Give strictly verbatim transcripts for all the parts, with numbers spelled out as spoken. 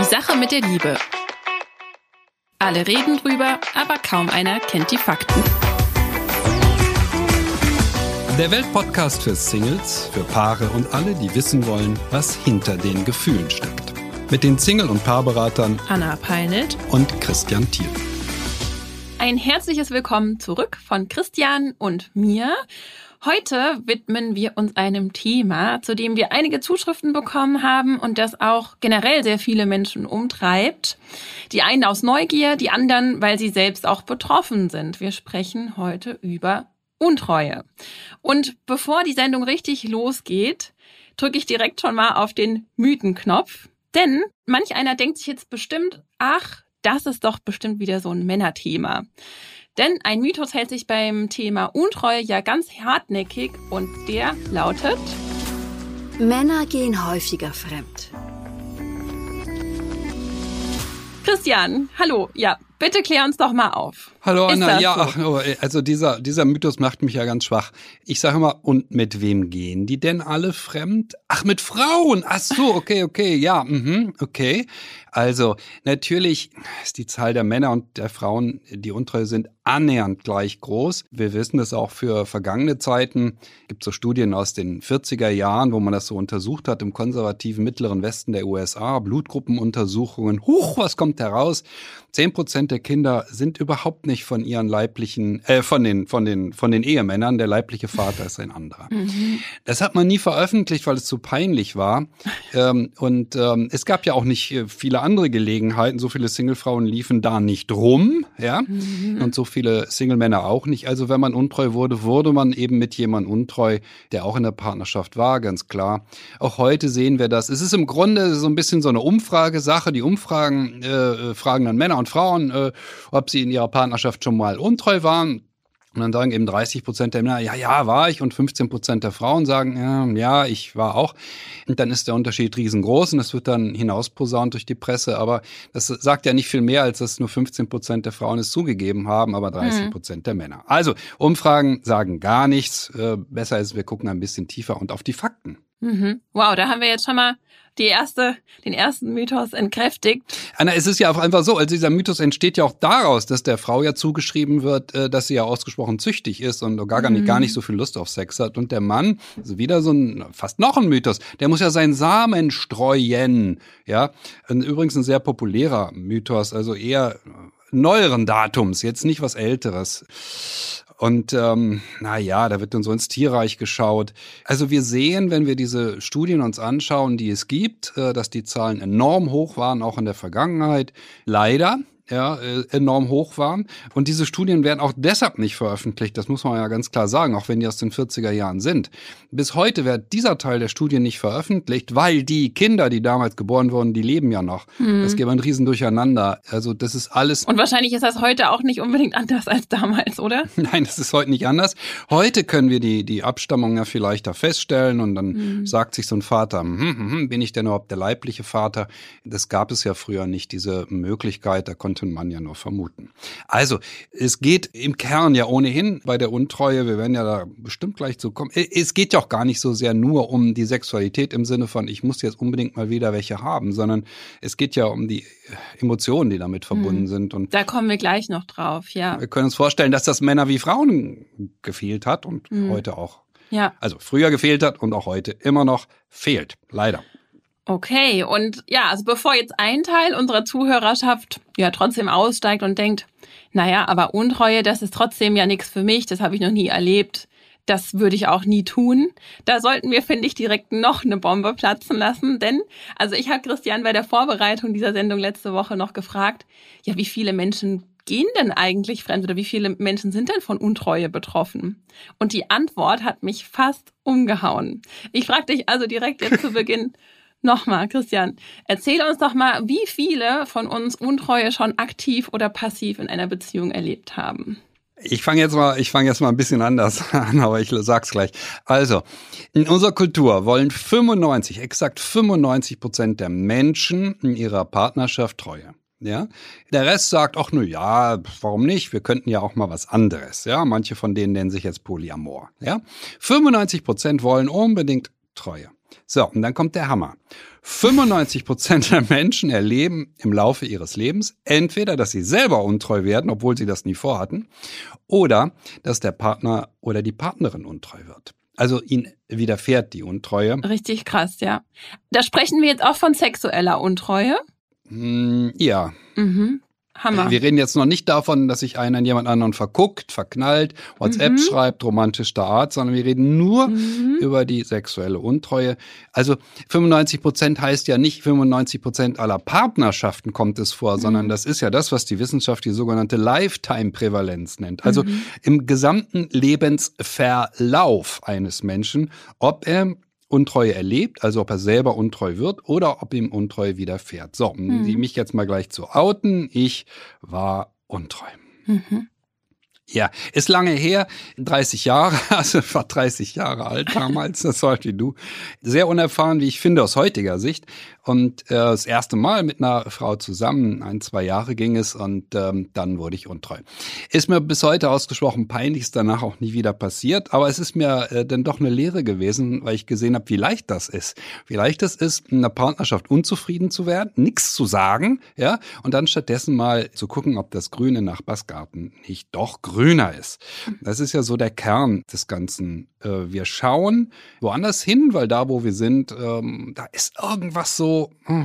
Sache mit der Liebe. Alle reden drüber, aber kaum einer kennt die Fakten. Der Weltpodcast für Singles, für Paare und alle, die wissen wollen, was hinter den Gefühlen steckt. Mit den Single- und Paarberatern Anna Peinelt und Christian Thiel. Ein herzliches Willkommen zurück von Christian und mir. Heute widmen wir uns einem Thema, zu dem wir einige Zuschriften bekommen haben und das auch generell sehr viele Menschen umtreibt. Die einen aus Neugier, die anderen, weil sie selbst auch betroffen sind. Wir sprechen heute über Untreue. Und bevor die Sendung richtig losgeht, drücke ich direkt schon mal auf den Mythenknopf. Denn manch einer denkt sich jetzt bestimmt, ach, das ist doch bestimmt wieder so ein Männerthema. Denn ein Mythos hält sich beim Thema Untreue ja ganz hartnäckig und der lautet: Männer gehen häufiger fremd. Christian, hallo, ja, bitte klär uns doch mal auf. Hallo Anna, ja, so? ach, oh, also dieser, dieser Mythos macht mich ja ganz schwach. Ich sage immer, und mit wem gehen die denn alle fremd? Ach, mit Frauen, ach so, okay, okay, ja, mhm, okay. Also natürlich ist die Zahl der Männer und der Frauen, die untreu sind, annähernd gleich groß. Wir wissen das auch für vergangene Zeiten. Es gibt so Studien aus den vierziger Jahren, wo man das so untersucht hat im konservativen mittleren Westen der U S A, Blutgruppenuntersuchungen. Huch, was kommt heraus? Zehn Prozent der Kinder sind überhaupt nicht von ihren leiblichen, äh, von den, von den, von den Ehemännern. Der leibliche Vater ist ein anderer. Mhm. Das hat man nie veröffentlicht, weil es zu peinlich war. ähm, und ähm, es gab ja auch nicht viele andere Gelegenheiten. So viele Singlefrauen liefen da nicht rum, ja. Mhm. Und so viele Single-Männer auch nicht. Also wenn man untreu wurde, wurde man eben mit jemandem untreu, der auch in der Partnerschaft war, ganz klar. Auch heute sehen wir das. Es ist im Grunde so ein bisschen so eine Umfragesache. Die Umfragen äh, fragen dann Männer und Frauen, äh, ob sie in ihrer Partnerschaft schon mal untreu waren. Und dann sagen eben dreißig Prozent der Männer, ja, ja, war ich. Und fünfzehn Prozent der Frauen sagen, ja, ja, ich war auch. Und dann ist der Unterschied riesengroß und das wird dann hinausposaunt durch die Presse. Aber das sagt ja nicht viel mehr, als dass nur fünfzehn Prozent der Frauen es zugegeben haben, aber dreißig Prozent mhm. der Männer. Also Umfragen sagen gar nichts. Äh, besser ist, wir gucken ein bisschen tiefer und auf die Fakten. Mhm. Wow, da haben wir jetzt schon mal die erste, den ersten Mythos entkräftigt. Anna, es ist ja auch einfach so, also dieser Mythos entsteht ja auch daraus, dass der Frau ja zugeschrieben wird, dass sie ja ausgesprochen züchtig ist und gar, gar, nicht, gar nicht so viel Lust auf Sex hat. Und der Mann, also wieder so ein, fast noch ein Mythos, der muss ja seinen Samen streuen. Ja, und übrigens ein sehr populärer Mythos, also eher neueren Datums, jetzt nicht was Älteres. Und ähm, na ja, da wird dann so ins Tierreich geschaut. Also wir sehen, wenn wir diese Studien uns anschauen, die es gibt, äh, dass die Zahlen enorm hoch waren, auch in der Vergangenheit. Leider. Ja, äh, enorm hoch waren. Und diese Studien werden auch deshalb nicht veröffentlicht, das muss man ja ganz klar sagen, auch wenn die aus den vierziger Jahren sind. Bis heute wird dieser Teil der Studien nicht veröffentlicht, weil die Kinder, die damals geboren wurden, die leben ja noch. Mhm. Das geht ein riesen Durcheinander. Also das ist alles... Und wahrscheinlich ist das heute auch nicht unbedingt anders als damals, oder? Nein, das ist heute nicht anders. Heute können wir die die Abstammung ja vielleicht da feststellen und dann mhm. sagt sich so ein Vater, hm, hm, hm, bin ich denn überhaupt der leibliche Vater? Das gab es ja früher nicht, diese Möglichkeit, da konnte man ja nur vermuten. Also, es geht im Kern ja ohnehin bei der Untreue, wir werden ja da bestimmt gleich zu kommen, es geht ja auch gar nicht so sehr nur um die Sexualität im Sinne von, ich muss jetzt unbedingt mal wieder welche haben, sondern es geht ja um die Emotionen, die damit verbunden hm. sind. Und da kommen wir gleich noch drauf, ja. Wir können uns vorstellen, dass das Männer wie Frauen gefehlt hat und hm. heute auch. Ja. Also früher gefehlt hat und auch heute immer noch fehlt, leider. Okay, und ja, also bevor jetzt ein Teil unserer Zuhörerschaft ja trotzdem aussteigt und denkt, naja, aber Untreue, das ist trotzdem ja nichts für mich, das habe ich noch nie erlebt, das würde ich auch nie tun. Da sollten wir, finde ich, direkt noch eine Bombe platzen lassen, denn, also ich habe Christian bei der Vorbereitung dieser Sendung letzte Woche noch gefragt, ja, wie viele Menschen gehen denn eigentlich fremd oder wie viele Menschen sind denn von Untreue betroffen? Und die Antwort hat mich fast umgehauen. Ich frage dich also direkt jetzt zu Beginn, nochmal, Christian, erzähl uns doch mal, wie viele von uns Untreue schon aktiv oder passiv in einer Beziehung erlebt haben. Ich fange jetzt mal, ich fange jetzt mal ein bisschen anders an, aber ich sag's gleich. Also, in unserer Kultur wollen fünfundneunzig, exakt fünfundneunzig Prozent der Menschen in ihrer Partnerschaft Treue. Ja, der Rest sagt, ach nu ja, warum nicht? Wir könnten ja auch mal was anderes. Ja, manche von denen nennen sich jetzt Polyamor. Ja, fünfundneunzig Prozent wollen unbedingt Treue. So, und dann kommt der Hammer. fünfundneunzig Prozent der Menschen erleben im Laufe ihres Lebens entweder, dass sie selber untreu werden, obwohl sie das nie vorhatten, oder dass der Partner oder die Partnerin untreu wird. Also ihnen widerfährt die Untreue. Richtig krass, ja. Da sprechen wir jetzt auch von sexueller Untreue? Hm, ja. Mhm. Hammer. Wir reden jetzt noch nicht davon, dass sich einer an jemand anderen verguckt, verknallt, WhatsApp mhm. schreibt, romantischer Art, sondern wir reden nur mhm. über die sexuelle Untreue. Also fünfundneunzig Prozent heißt ja nicht, fünfundneunzig Prozent aller Partnerschaften kommt es vor, mhm. sondern das ist ja das, was die Wissenschaft die sogenannte Lifetime-Prävalenz nennt. Also mhm. im gesamten Lebensverlauf eines Menschen, ob er Untreue erlebt, also ob er selber untreu wird oder ob ihm Untreue widerfährt. So, um mhm. mich jetzt mal gleich zu outen, ich war untreu. Mhm. Ja, ist lange her, dreißig Jahre, also war dreißig Jahre alt damals, das war wie du. Sehr unerfahren, wie ich finde, aus heutiger Sicht. Und äh, das erste Mal mit einer Frau zusammen, ein, zwei Jahre ging es und ähm, dann wurde ich untreu. Ist mir bis heute ausgesprochen peinlich, ist danach auch nie wieder passiert, aber es ist mir äh, dann doch eine Lehre gewesen, weil ich gesehen habe, wie leicht das ist. Wie leicht es ist, in einer Partnerschaft unzufrieden zu werden, nichts zu sagen, ja, und dann stattdessen mal zu gucken, ob das grüne Nachbarsgarten nicht doch grüner ist. Das ist ja so der Kern des Ganzen. Äh, wir schauen woanders hin, weil da, wo wir sind, ähm, da ist irgendwas so oh,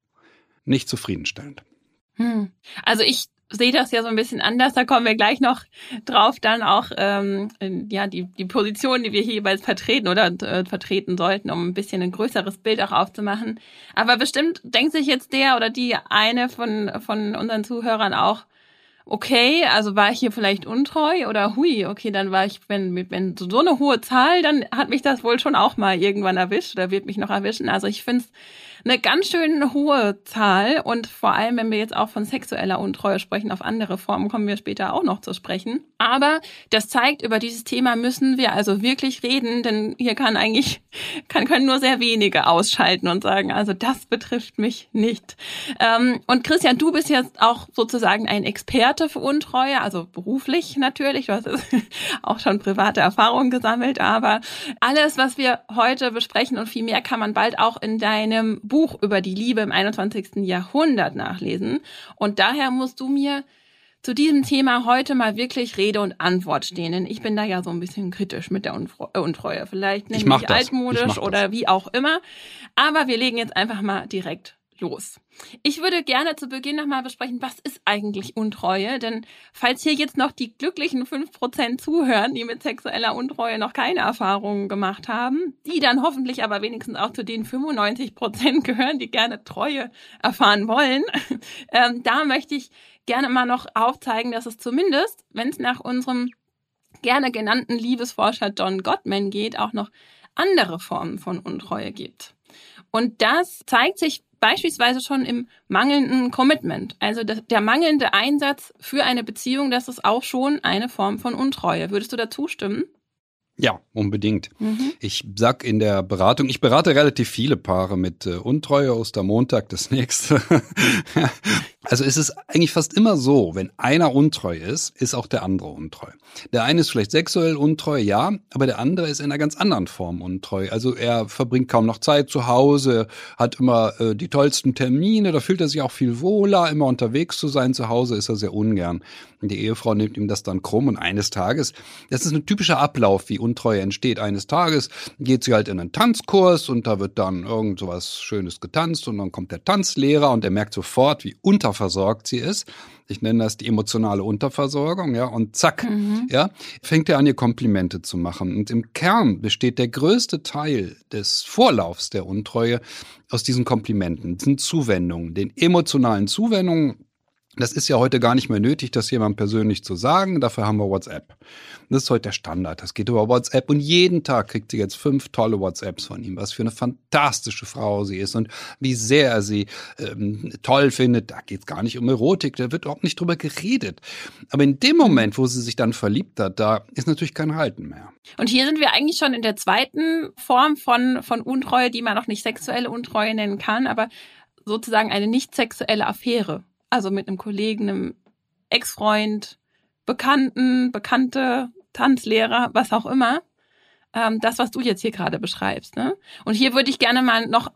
nicht zufriedenstellend. Hm. Also ich sehe das ja so ein bisschen anders, da kommen wir gleich noch drauf, dann auch ähm, ja die die Position, die wir hier jeweils vertreten oder äh, vertreten sollten, um ein bisschen ein größeres Bild auch aufzumachen. Aber bestimmt denkt sich jetzt der oder die eine von von unseren Zuhörern auch, okay, also war ich hier vielleicht untreu oder hui, okay, dann war ich, wenn wenn so eine hohe Zahl, dann hat mich das wohl schon auch mal irgendwann erwischt oder wird mich noch erwischen. Also ich finde es eine ganz schön hohe Zahl und vor allem, wenn wir jetzt auch von sexueller Untreue sprechen, auf andere Formen kommen wir später auch noch zu sprechen. Aber das zeigt, über dieses Thema müssen wir also wirklich reden, denn hier kann eigentlich, kann, können nur sehr wenige ausschalten und sagen, also das betrifft mich nicht. Ähm, und Christian, du bist jetzt auch sozusagen ein Experte für Untreue, also beruflich natürlich, du hast auch schon private Erfahrungen gesammelt, aber alles, was wir heute besprechen und viel mehr kann man bald auch in deinem Buch über die Liebe im einundzwanzigsten Jahrhundert nachlesen. Und daher musst du mir zu diesem Thema heute mal wirklich Rede und Antwort stehen. Denn ich bin da ja so ein bisschen kritisch mit der Untreue. Vielleicht nämlich altmodisch oder wie auch immer. Aber wir legen jetzt einfach mal direkt los. Ich würde gerne zu Beginn nochmal besprechen, was ist eigentlich Untreue? Denn falls hier jetzt noch die glücklichen fünf Prozent zuhören, die mit sexueller Untreue noch keine Erfahrungen gemacht haben, die dann hoffentlich aber wenigstens auch zu den fünfundneunzig Prozent gehören, die gerne Treue erfahren wollen, ähm, da möchte ich gerne mal noch aufzeigen, dass es zumindest, wenn es nach unserem gerne genannten Liebesforscher John Gottman geht, auch noch andere Formen von Untreue gibt. Und das zeigt sich beispielsweise schon im mangelnden Commitment. Also der mangelnde Einsatz für eine Beziehung, das ist auch schon eine Form von Untreue. Würdest du dazu stimmen? Ja, unbedingt. Mhm. Ich sag in der Beratung, ich berate relativ viele Paare mit äh, Untreue, Ostermontag, das nächste. Also es ist eigentlich fast immer so, wenn einer untreu ist, ist auch der andere untreu. Der eine ist vielleicht sexuell untreu, ja, aber der andere ist in einer ganz anderen Form untreu. Also er verbringt kaum noch Zeit zu Hause, hat immer äh, die tollsten Termine, da fühlt er sich auch viel wohler, immer unterwegs zu sein. Zu Hause ist er sehr ungern. Und die Ehefrau nimmt ihm das dann krumm und eines Tages, das ist ein typischer Ablauf, wie Untreue entsteht. Eines Tages geht sie halt in einen Tanzkurs und da wird dann irgend so was Schönes getanzt und dann kommt der Tanzlehrer und er merkt sofort, wie unterversorgt sie ist. Ich nenne das die emotionale Unterversorgung, ja, und zack, mhm. ja, fängt er an, ihr Komplimente zu machen. Und im Kern besteht der größte Teil des Vorlaufs der Untreue aus diesen Komplimenten, diesen Zuwendungen, den emotionalen Zuwendungen. Das ist ja heute gar nicht mehr nötig, das jemandem persönlich zu sagen. Dafür haben wir WhatsApp. Das ist heute der Standard. Das geht über WhatsApp. Und jeden Tag kriegt sie jetzt fünf tolle WhatsApps von ihm. Was für eine fantastische Frau sie ist und wie sehr er sie ähm, toll findet. Da geht es gar nicht um Erotik. Da wird überhaupt nicht drüber geredet. Aber in dem Moment, wo sie sich dann verliebt hat, da ist natürlich kein Halten mehr. Und hier sind wir eigentlich schon in der zweiten Form von, von Untreue, die man noch nicht sexuelle Untreue nennen kann, aber sozusagen eine nicht sexuelle Affäre. Also mit einem Kollegen, einem Ex-Freund, Bekannten, Bekannte, Tanzlehrer, was auch immer. ähm, das, was du jetzt hier gerade beschreibst. Ne? Und hier würde ich gerne mal noch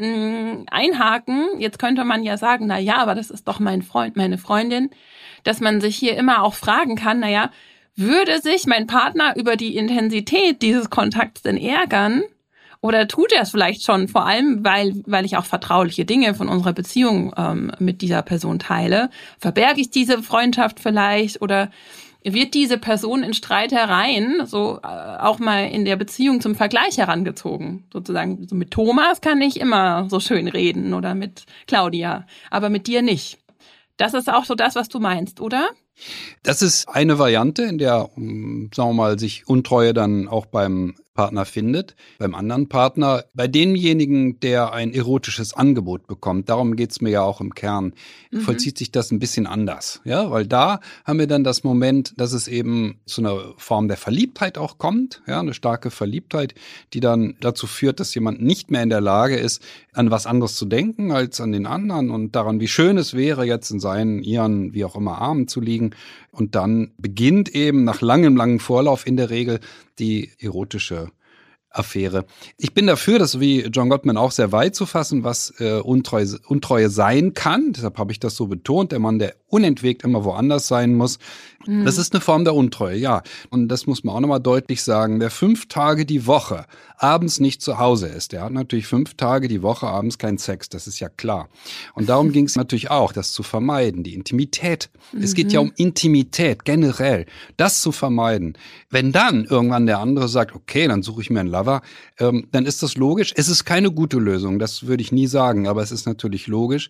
mh, einhaken. Jetzt könnte man ja sagen, na ja, aber das ist doch mein Freund, meine Freundin, dass man sich hier immer auch fragen kann, na ja, würde sich mein Partner über die Intensität dieses Kontakts denn ärgern? Oder tut er es vielleicht schon, vor allem, weil weil ich auch vertrauliche Dinge von unserer Beziehung ähm, mit dieser Person teile? Verberge ich diese Freundschaft vielleicht? Oder wird diese Person in Streitereien so äh, auch mal in der Beziehung zum Vergleich herangezogen? Sozusagen, so mit Thomas kann ich immer so schön reden oder mit Claudia, aber mit dir nicht. Das ist auch so das, was du meinst, oder? Das ist eine Variante, in der, sagen wir mal, sich Untreue dann auch beim Partner findet, beim anderen Partner, bei demjenigen, der ein erotisches Angebot bekommt. Darum geht's mir ja auch im Kern. Mhm. Vollzieht sich das ein bisschen anders, ja, weil da haben wir dann das Moment, dass es eben zu einer Form der Verliebtheit auch kommt, ja, eine starke Verliebtheit, die dann dazu führt, dass jemand nicht mehr in der Lage ist, an was anderes zu denken als an den anderen und daran, wie schön es wäre, jetzt in seinen, ihren, wie auch immer, Armen zu liegen. Und dann beginnt eben nach langem, langem Vorlauf in der Regel die erotische Affäre. Ich bin dafür, das wie John Gottman auch sehr weit zu fassen, was äh, Untreue, Untreue sein kann. Deshalb habe ich das so betont. Der Mann, der unentwegt immer woanders sein muss. Mhm. Das ist eine Form der Untreue, ja. Und das muss man auch nochmal deutlich sagen. Wer fünf Tage die Woche abends nicht zu Hause ist, der hat natürlich fünf Tage die Woche abends keinen Sex. Das ist ja klar. Und darum ging es natürlich auch, das zu vermeiden. Die Intimität. Mhm. Es geht ja um Intimität generell. Das zu vermeiden. Wenn dann irgendwann der andere sagt, okay, dann suche ich mir einen Lover, ähm, dann ist das logisch. Es ist keine gute Lösung, das würde ich nie sagen, aber es ist natürlich logisch.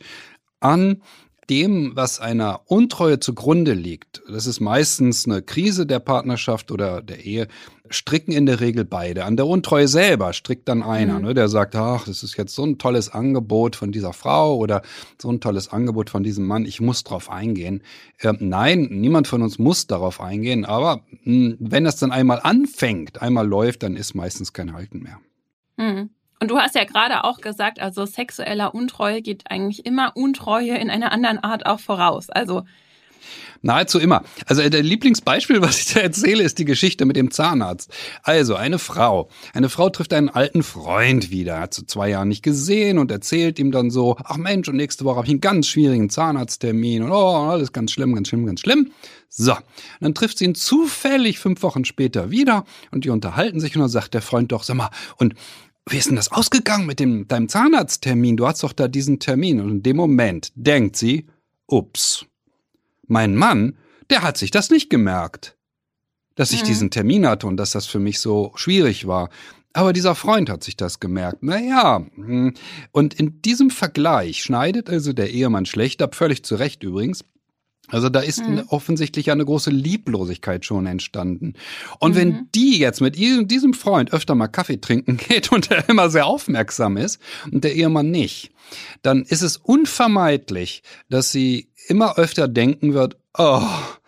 An dem, was einer Untreue zugrunde liegt, das ist meistens eine Krise der Partnerschaft oder der Ehe, stricken in der Regel beide. An der Untreue selber strickt dann einer, mhm. ne, der sagt, ach, das ist jetzt so ein tolles Angebot von dieser Frau oder so ein tolles Angebot von diesem Mann, ich muss drauf eingehen. Ähm, nein, niemand von uns muss darauf eingehen, aber mh, wenn das dann einmal anfängt, einmal läuft, dann ist meistens kein Halten mehr. Mhm. Und du hast ja gerade auch gesagt, also sexueller Untreue geht eigentlich immer Untreue in einer anderen Art auch voraus. Also nahezu immer. Also der Lieblingsbeispiel, was ich da erzähle, ist die Geschichte mit dem Zahnarzt. Also eine Frau. Eine Frau trifft einen alten Freund wieder, hat sie zwei Jahren nicht gesehen und erzählt ihm dann so, ach Mensch, und nächste Woche habe ich einen ganz schwierigen Zahnarzttermin und oh, alles ganz schlimm, ganz schlimm, ganz schlimm. So, und dann trifft sie ihn zufällig fünf Wochen später wieder und die unterhalten sich und dann sagt der Freund doch, sag mal, und wie ist denn das ausgegangen mit dem deinem Zahnarzttermin? Du hast doch da diesen Termin. Und in dem Moment denkt sie, ups, mein Mann, der hat sich das nicht gemerkt, dass ich mhm. diesen Termin hatte und dass das für mich so schwierig war. Aber dieser Freund hat sich das gemerkt. Naja, und in diesem Vergleich schneidet also der Ehemann schlecht ab, völlig zu Recht übrigens. Also da ist mhm. offensichtlich eine große Lieblosigkeit schon entstanden. Und mhm. wenn die jetzt mit diesem Freund öfter mal Kaffee trinken geht und er immer sehr aufmerksam ist und der Ehemann nicht, dann ist es unvermeidlich, dass sie immer öfter denken wird, oh,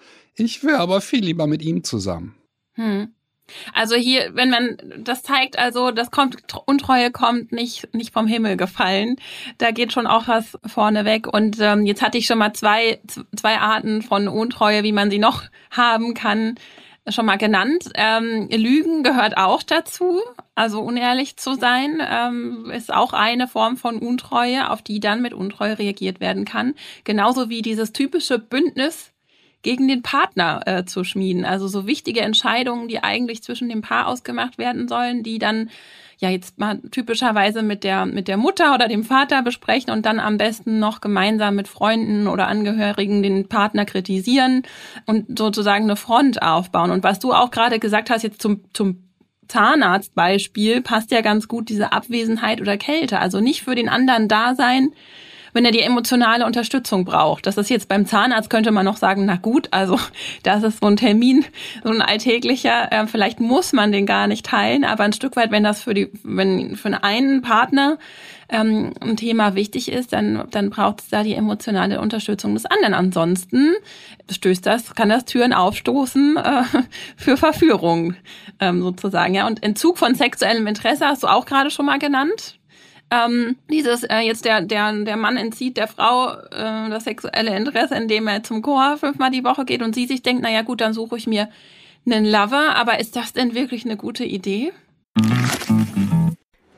ich wäre aber viel lieber mit ihm zusammen. Mhm. Also hier, wenn man, das zeigt also, das kommt, Untreue kommt nicht nicht vom Himmel gefallen. Da geht schon auch was vorne weg. Und ähm, jetzt hatte ich schon mal zwei zwei Arten von Untreue, wie man sie noch haben kann, schon mal genannt. Ähm, Lügen gehört auch dazu. Also unehrlich zu sein, ähm, ist auch eine Form von Untreue, auf die dann mit Untreue reagiert werden kann. Genauso wie dieses typische Bündnis gegen den Partner äh, zu schmieden. Also so wichtige Entscheidungen, die eigentlich zwischen dem Paar ausgemacht werden sollen, die dann ja jetzt mal typischerweise mit der mit der Mutter oder dem Vater besprechen und dann am besten noch gemeinsam mit Freunden oder Angehörigen den Partner kritisieren und sozusagen eine Front aufbauen. Und was du auch gerade gesagt hast, jetzt zum zum Zahnarztbeispiel, passt ja ganz gut diese Abwesenheit oder Kälte. Also nicht für den anderen da sein, wenn er die emotionale Unterstützung braucht. Das ist jetzt beim Zahnarzt, könnte man noch sagen, na gut, also das ist so ein Termin, so ein alltäglicher, äh, vielleicht muss man den gar nicht teilen, aber ein Stück weit, wenn das für die, wenn für einen Partner ähm, ein Thema wichtig ist, dann dann braucht es da die emotionale Unterstützung des anderen. Ansonsten stößt das, kann das Türen aufstoßen äh, für Verführung ähm, sozusagen. Ja, und Entzug von sexuellem Interesse hast du auch gerade schon mal genannt. Ähm, dieses äh, jetzt der der der Mann entzieht der Frau äh, das sexuelle Interesse, indem er zum Chor fünfmal die Woche geht und sie sich denkt, na ja gut, dann suche ich mir einen Lover. Aber ist das denn wirklich eine gute Idee?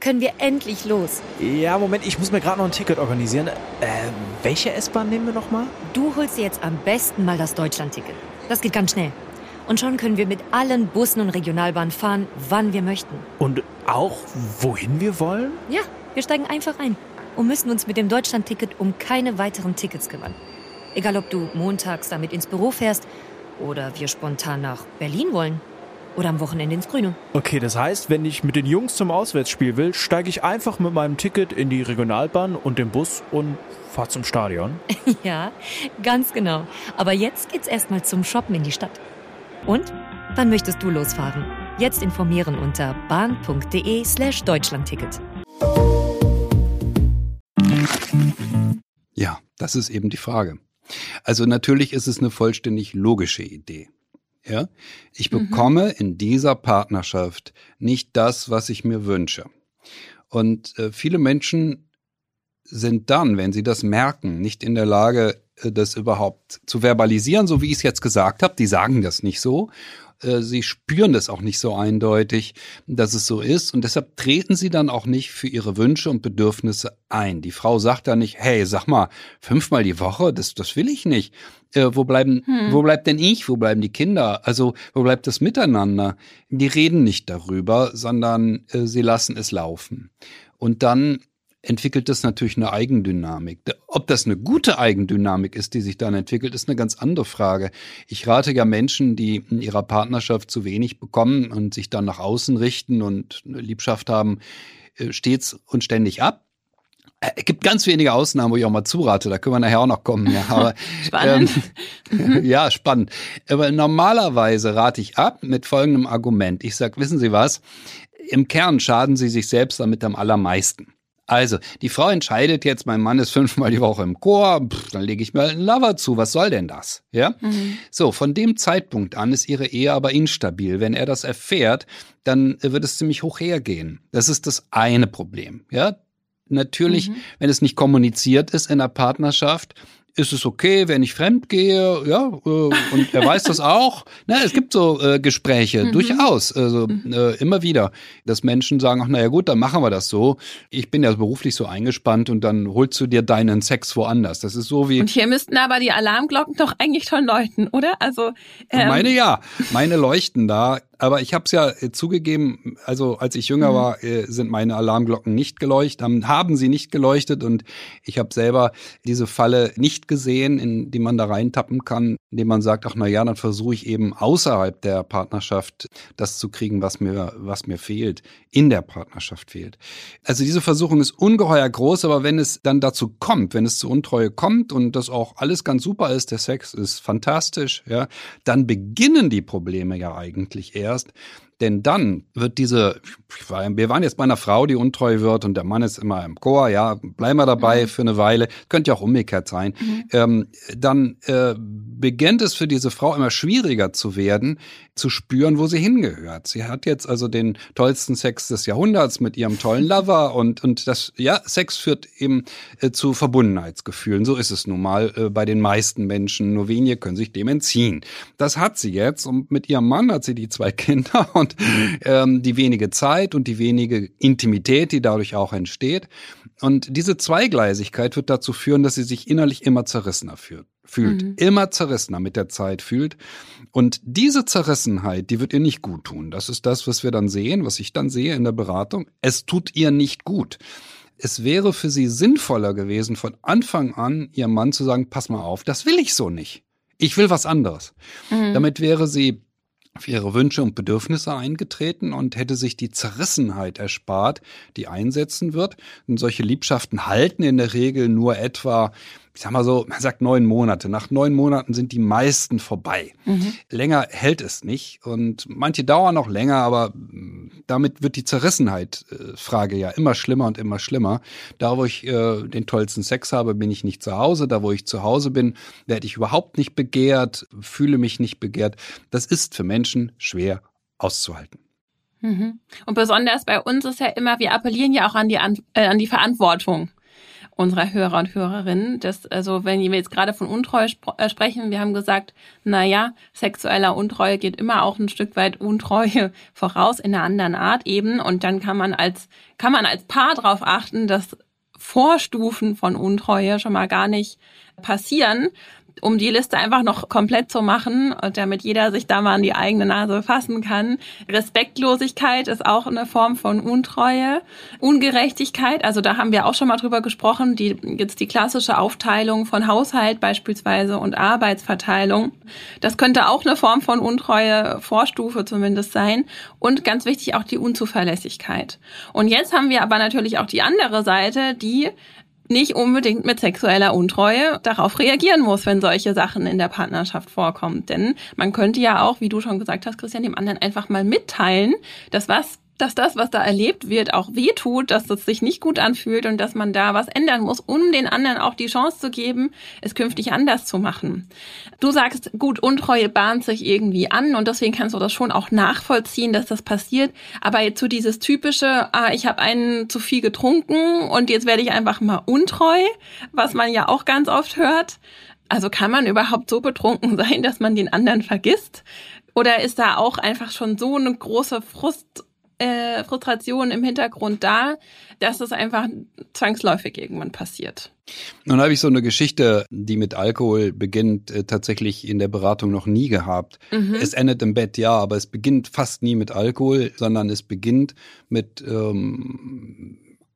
können wir endlich los. Ja, Moment, ich muss mir gerade noch ein Ticket organisieren. Äh, welche S-Bahn nehmen wir nochmal? Du holst dir jetzt am besten mal das Deutschland-Ticket. Das geht ganz schnell. Und schon können wir mit allen Bussen und Regionalbahnen fahren, wann wir möchten. Und auch, wohin wir wollen? Ja, wir steigen einfach ein und müssen uns mit dem Deutschland-Ticket um keine weiteren Tickets kümmern. Egal, ob du montags damit ins Büro fährst oder wir spontan nach Berlin wollen. Oder am Wochenende ins Grüne. Okay, das heißt, wenn ich mit den Jungs zum Auswärtsspiel will, steige ich einfach mit meinem Ticket in die Regionalbahn und den Bus und fahre zum Stadion. Ja, ganz genau. Aber jetzt geht's erstmal zum Shoppen in die Stadt. Und? Wann möchtest du losfahren? Jetzt informieren unter bahn.de slash Deutschlandticket. Ja, das ist eben die Frage. Also natürlich ist es eine vollständig logische Idee. Ja, ich bekomme mhm. in dieser Partnerschaft nicht das, was ich mir wünsche. Und äh, viele Menschen sind dann, wenn sie das merken, nicht in der Lage, äh, das überhaupt zu verbalisieren, so wie ich es jetzt gesagt habe. Die sagen das nicht so. Äh, sie spüren das auch nicht so eindeutig, dass es so ist. Und deshalb treten sie dann auch nicht für ihre Wünsche und Bedürfnisse ein. Die Frau sagt dann nicht, hey, sag mal, fünfmal die Woche, das, das will ich nicht. Äh, wo bleiben, hm. wo bleibt denn ich? Wo bleiben die Kinder? Also, wo bleibt das Miteinander? Die reden nicht darüber, sondern äh, sie lassen es laufen. Und dann entwickelt das natürlich eine Eigendynamik. Ob das eine gute Eigendynamik ist, die sich dann entwickelt, ist eine ganz andere Frage. Ich rate ja Menschen, die in ihrer Partnerschaft zu wenig bekommen und sich dann nach außen richten und eine Liebschaft haben, äh, stets und ständig ab. Es gibt ganz wenige Ausnahmen, wo ich auch mal zurate, da können wir nachher auch noch kommen. Ja, aber, spannend. Ähm, ja, spannend. Aber normalerweise rate ich ab mit folgendem Argument. Ich sage, wissen Sie was, im Kern schaden Sie sich selbst damit am allermeisten. Also, die Frau entscheidet jetzt, mein Mann ist fünfmal die Woche im Chor, pff, dann lege ich mir einen Lover zu, was soll denn das? Ja? Mhm. So, von dem Zeitpunkt an ist ihre Ehe aber instabil. Wenn er das erfährt, dann wird es ziemlich hoch hergehen. Das ist das eine Problem, ja? Natürlich, mhm. wenn es nicht kommuniziert ist in der Partnerschaft, ist es okay, wenn ich fremd gehe, ja, äh, und er weiß das auch. Na, es gibt so äh, Gespräche, mhm. durchaus, also äh, immer wieder, dass Menschen sagen, ach, naja gut, dann machen wir das so. Ich bin ja beruflich so eingespannt und dann holst du dir deinen Sex woanders. Das ist so wie... Und hier müssten aber die Alarmglocken doch eigentlich schon läuten, oder? Also ähm Meine ja, meine leuchten da. Aber ich habe es ja äh, zugegeben, also als ich jünger mhm. war, äh, sind meine Alarmglocken nicht geleuchtet, haben, haben sie nicht geleuchtet und ich habe selber diese Falle nicht gesehen, in die man da reintappen kann, indem man sagt, ach na ja, dann versuche ich eben außerhalb der Partnerschaft das zu kriegen, was mir was mir fehlt, in der Partnerschaft fehlt. Also diese Versuchung ist ungeheuer groß, aber wenn es dann dazu kommt, wenn es zu Untreue kommt und das auch alles ganz super ist, der Sex ist fantastisch, ja, dann beginnen die Probleme ja eigentlich erst. Denn dann wird diese, wir waren jetzt bei einer Frau, die untreu wird und der Mann ist immer im Chor, ja, bleiben wir dabei mhm. für eine Weile, könnte ja auch umgekehrt sein, mhm. ähm, dann äh, beginnt es für diese Frau immer schwieriger zu werden, zu spüren, wo sie hingehört. Sie hat jetzt also den tollsten Sex des Jahrhunderts mit ihrem tollen Lover und und das, ja, Sex führt eben äh, zu Verbundenheitsgefühlen, so ist es nun mal äh, bei den meisten Menschen, nur wenige können sich dem entziehen. Das hat sie jetzt und mit ihrem Mann hat sie die zwei Kinder und ähm, die wenige Zeit und die wenige Intimität, die dadurch auch entsteht. Und diese Zweigleisigkeit wird dazu führen, dass sie sich innerlich immer zerrissener fühlt. fühlt, mhm. immer zerrissener mit der Zeit fühlt. Und diese Zerrissenheit, die wird ihr nicht gut tun. Das ist das, was wir dann sehen, was ich dann sehe in der Beratung. Es tut ihr nicht gut. Es wäre für sie sinnvoller gewesen, von Anfang an ihrem Mann zu sagen, pass mal auf, das will ich so nicht. Ich will was anderes. Mhm. Damit wäre sie für ihre Wünsche und Bedürfnisse eingetreten und hätte sich die Zerrissenheit erspart, die einsetzen wird. Und solche Liebschaften halten in der Regel nur etwa, ich sag mal so, man sagt neun Monate. Nach neun Monaten sind die meisten vorbei. Mhm. Länger hält es nicht und manche dauern noch länger, aber damit wird die Zerrissenheit-Frage ja immer schlimmer und immer schlimmer. Da, wo ich äh, den tollsten Sex habe, bin ich nicht zu Hause. Da, wo ich zu Hause bin, werde ich überhaupt nicht begehrt, fühle mich nicht begehrt. Das ist für Menschen schwer auszuhalten. Mhm. Und besonders bei uns ist ja immer, wir appellieren ja auch an die, an, äh, an die Verantwortung. unserer Hörer und Hörerinnen. Das, also wenn wir jetzt gerade von Untreue spr- äh, sprechen, wir haben gesagt, naja, sexueller Untreue geht immer auch ein Stück weit Untreue voraus in einer anderen Art eben. Und dann kann man als, kann man als Paar darauf achten, dass Vorstufen von Untreue schon mal gar nicht passieren, um die Liste einfach noch komplett zu machen und damit jeder sich da mal an die eigene Nase fassen kann. Respektlosigkeit ist auch eine Form von Untreue. Ungerechtigkeit, also da haben wir auch schon mal drüber gesprochen, die jetzt die klassische Aufteilung von Haushalt beispielsweise und Arbeitsverteilung. Das könnte auch eine Form von Untreue, Vorstufe zumindest sein. Und ganz wichtig auch die Unzuverlässigkeit. Und jetzt haben wir aber natürlich auch die andere Seite, die nicht unbedingt mit sexueller Untreue darauf reagieren muss, wenn solche Sachen in der Partnerschaft vorkommen. Denn man könnte ja auch, wie du schon gesagt hast, Christian, dem anderen einfach mal mitteilen, dass was, dass das, was da erlebt wird, auch wehtut, dass das sich nicht gut anfühlt und dass man da was ändern muss, um den anderen auch die Chance zu geben, es künftig anders zu machen. Du sagst, gut, Untreue bahnt sich irgendwie an und deswegen kannst du das schon auch nachvollziehen, dass das passiert. Aber jetzt so dieses typische, ah, ich habe einen zu viel getrunken und jetzt werde ich einfach mal untreu, was man ja auch ganz oft hört. Also kann man überhaupt so betrunken sein, dass man den anderen vergisst? Oder ist da auch einfach schon so eine große Frust Äh, Frustration im Hintergrund da, dass es einfach zwangsläufig irgendwann passiert? Nun habe ich so eine Geschichte, die mit Alkohol beginnt, äh, tatsächlich in der Beratung noch nie gehabt. Mhm. Es endet im Bett, ja, aber es beginnt fast nie mit Alkohol, sondern es beginnt mit, ähm,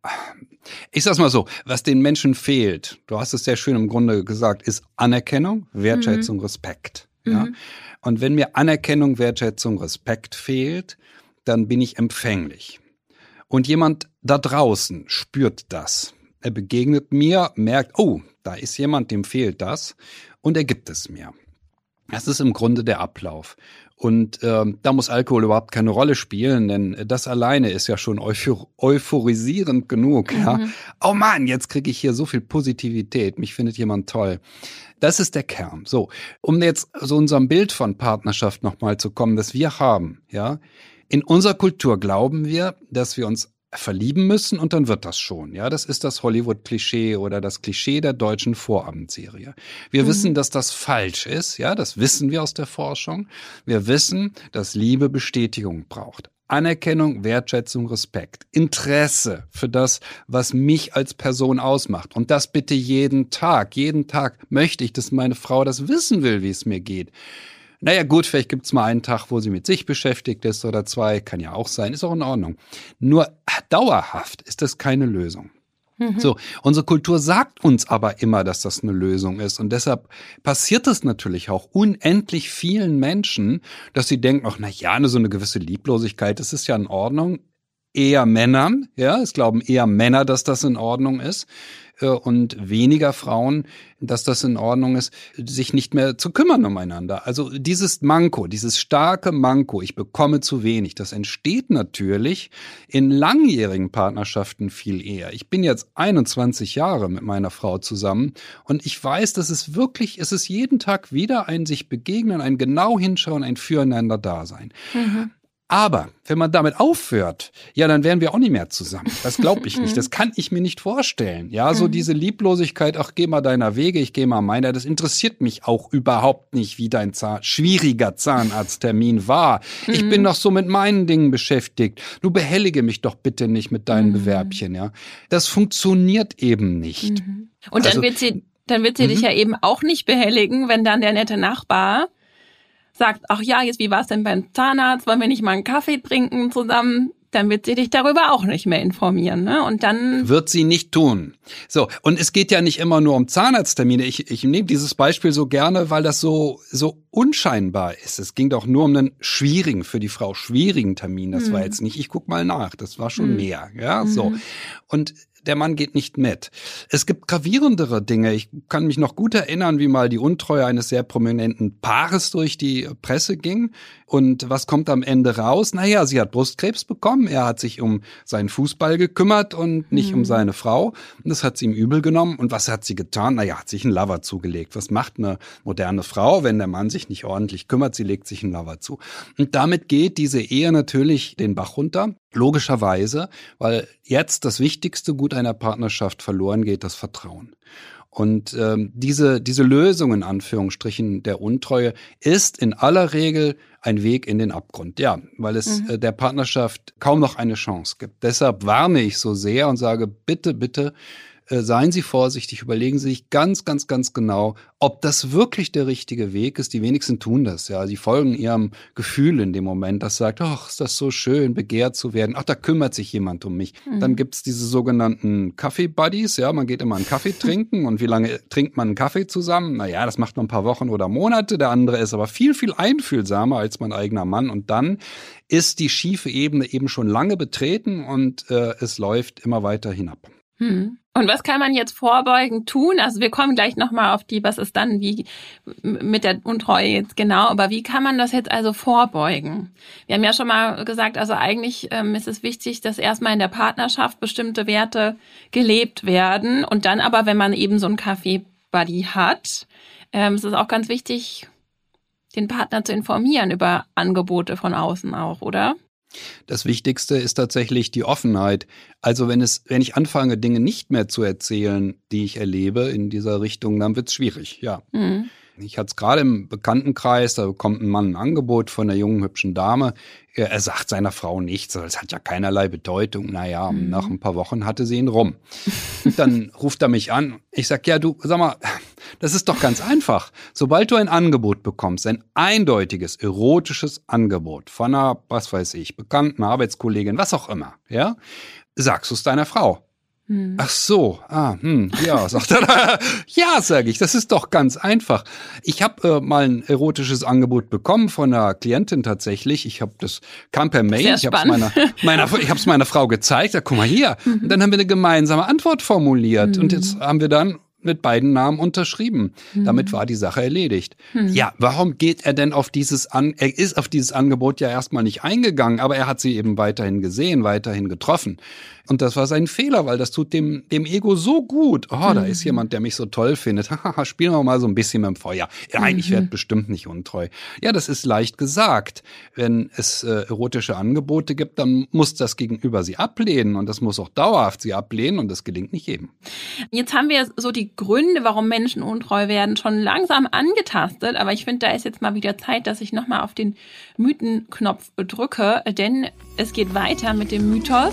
ich sag's mal so, was den Menschen fehlt, du hast es sehr schön im Grunde gesagt, ist Anerkennung, Wertschätzung, mhm. Respekt. Ja? Mhm. Und wenn mir Anerkennung, Wertschätzung, Respekt fehlt, dann bin ich empfänglich. Und jemand da draußen spürt das. Er begegnet mir, merkt, oh, da ist jemand, dem fehlt das, und er gibt es mir. Das ist im Grunde der Ablauf. Und ähm, da muss Alkohol überhaupt keine Rolle spielen, denn das alleine ist ja schon euphor- euphorisierend genug. Mhm. Ja? Oh Mann, jetzt kriege ich hier so viel Positivität, mich findet jemand toll. Das ist der Kern. So, um jetzt zu unserem Bild von Partnerschaft nochmal zu kommen, das wir haben, ja. In unserer Kultur glauben wir, dass wir uns verlieben müssen und dann wird das schon. Ja, das ist das Hollywood-Klischee oder das Klischee der deutschen Vorabendserie. Wir mhm. wissen, dass das falsch ist. Ja, das wissen wir aus der Forschung. Wir wissen, dass Liebe Bestätigung braucht. Anerkennung, Wertschätzung, Respekt, Interesse für das, was mich als Person ausmacht. Und das bitte jeden Tag. Jeden Tag möchte ich, dass meine Frau das wissen will, wie es mir geht. Naja gut, vielleicht gibt's mal einen Tag, wo sie mit sich beschäftigt ist oder zwei, kann ja auch sein, ist auch in Ordnung. Nur dauerhaft ist das keine Lösung. Mhm. So, unsere Kultur sagt uns aber immer, dass das eine Lösung ist und deshalb passiert es natürlich auch unendlich vielen Menschen, dass sie denken, ach na ja, so eine gewisse Lieblosigkeit, das ist ja in Ordnung. Eher Männern, ja, es glauben eher Männer, dass das in Ordnung ist. Und weniger Frauen, dass das in Ordnung ist, sich nicht mehr zu kümmern umeinander. Also dieses Manko, dieses starke Manko, ich bekomme zu wenig, das entsteht natürlich in langjährigen Partnerschaften viel eher. Ich bin jetzt einundzwanzig Jahre mit meiner Frau zusammen und ich weiß, dass es wirklich, es ist jeden Tag wieder ein sich begegnen, ein genau hinschauen, ein füreinander Dasein. Mhm. Aber wenn man damit aufhört, ja, dann wären wir auch nicht mehr zusammen. Das glaube ich nicht. Das kann ich mir nicht vorstellen. Ja, so diese Lieblosigkeit, ach, geh mal deiner Wege, ich gehe mal meiner, das interessiert mich auch überhaupt nicht, wie dein Zahn, schwieriger Zahnarzttermin war. Ich mhm. bin doch so mit meinen Dingen beschäftigt. Du behellige mich doch bitte nicht mit deinen mhm. Bewerbchen, ja. Das funktioniert eben nicht. Mhm. Und dann also, wird sie, dann wird sie mhm. dich ja eben auch nicht behelligen, wenn dann der nette Nachbar sagt, ach ja, jetzt wie war es denn beim Zahnarzt, wollen wir nicht mal einen Kaffee trinken zusammen? Dann wird sie dich darüber auch nicht mehr informieren, ne? Und dann wird sie nicht tun. So, und es geht ja nicht immer nur um Zahnarzttermine. Ich, ich nehme dieses Beispiel so gerne, weil das so so unscheinbar ist. Es ging doch nur um einen schwierigen, für die Frau schwierigen Termin. Das mhm. war jetzt nicht, ich guck mal nach, das war schon mhm. mehr, ja, so. Mhm. Und der Mann geht nicht mit. Es gibt gravierendere Dinge. Ich kann mich noch gut erinnern, wie mal die Untreue eines sehr prominenten Paares durch die Presse ging. Und was kommt am Ende raus? Naja, sie hat Brustkrebs bekommen. Er hat sich um seinen Fußball gekümmert und nicht mhm. um seine Frau. Und das hat sie ihm übel genommen. Und was hat sie getan? Naja, hat sich einen Lover zugelegt. Was macht eine moderne Frau, wenn der Mann sich nicht ordentlich kümmert? Sie legt sich einen Lover zu. Und damit geht diese Ehe natürlich den Bach runter. Logischerweise, weil jetzt das wichtigste Gut einer Partnerschaft verloren geht, das Vertrauen. Und ähm, diese diese Lösung in Anführungsstrichen der Untreue ist in aller Regel ein Weg in den Abgrund. Ja, weil es mhm. äh, der Partnerschaft kaum noch eine Chance gibt. Deshalb warne ich so sehr und sage, bitte, bitte, äh, seien Sie vorsichtig, überlegen Sie sich ganz, ganz, ganz genau, ob das wirklich der richtige Weg ist. Die wenigsten tun das, ja. Sie folgen ihrem Gefühl in dem Moment, das sagt, ach, ist das so schön, begehrt zu werden. Ach, da kümmert sich jemand um mich. Mhm. Dann gibt's diese sogenannten Kaffee-Buddies, ja. Man geht immer einen Kaffee trinken und wie lange trinkt man einen Kaffee zusammen? Naja, das macht man ein paar Wochen oder Monate. Der andere ist aber viel, viel einfühlsamer als mein eigener Mann. Und dann ist die schiefe Ebene eben schon lange betreten und äh, es läuft immer weiter hinab. Hm. Und was kann man jetzt vorbeugend tun? Also wir kommen gleich nochmal auf die, was ist dann wie mit der Untreue jetzt genau, aber wie kann man das jetzt also vorbeugen? Wir haben ja schon mal gesagt, also eigentlich ähm, ist es wichtig, dass erstmal in der Partnerschaft bestimmte Werte gelebt werden und dann aber, wenn man eben so einen Kaffee-Buddy hat, ähm, ist es auch ganz wichtig, den Partner zu informieren über Angebote von außen auch, oder? Das Wichtigste ist tatsächlich die Offenheit. Also wenn es, wenn ich anfange, Dinge nicht mehr zu erzählen, die ich erlebe in dieser Richtung, dann wird es schwierig, ja. Mhm. Ich hatte es gerade im Bekanntenkreis, da bekommt ein Mann ein Angebot von einer jungen, hübschen Dame. Er sagt seiner Frau nichts, das hat ja keinerlei Bedeutung. Naja, mhm. nach ein paar Wochen hatte sie ihn rum. Und dann ruft er mich an. Ich sag, ja du, sag mal, das ist doch ganz einfach. Sobald du ein Angebot bekommst, ein eindeutiges, erotisches Angebot von einer, was weiß ich, bekannten Arbeitskollegin, was auch immer, ja, sagst du es deiner Frau. Hm. Ach so, ah, hm, ja, sagt er. Ja, sage ich, das ist doch ganz einfach. Ich habe äh, mal ein erotisches Angebot bekommen von einer Klientin tatsächlich. Ich habe das kam per Mail. Ich habe es meiner, meiner, ich habe es meiner Frau gezeigt. Ja, guck mal hier. Mhm. Und dann haben wir eine gemeinsame Antwort formuliert. Mhm. Und jetzt haben wir dann mit beiden Namen unterschrieben. Hm. Damit war die Sache erledigt. Hm. Ja, warum geht er denn auf dieses An, er ist auf dieses Angebot ja erstmal nicht eingegangen, aber er hat sie eben weiterhin gesehen, weiterhin getroffen. Und das war sein Fehler, weil das tut dem, dem Ego so gut. Oh, da mhm. ist jemand, der mich so toll findet. Haha, spielen wir mal so ein bisschen mit dem Feuer. Ja, mhm. ich werde bestimmt nicht untreu. Ja, das ist leicht gesagt. Wenn es äh, erotische Angebote gibt, dann muss das Gegenüber sie ablehnen und das muss auch dauerhaft sie ablehnen und das gelingt nicht jedem. Jetzt haben wir so die Gründe, warum Menschen untreu werden, schon langsam angetastet. Aber ich finde, da ist jetzt mal wieder Zeit, dass ich nochmal auf den Mythenknopf drücke, denn es geht weiter mit dem Mythos.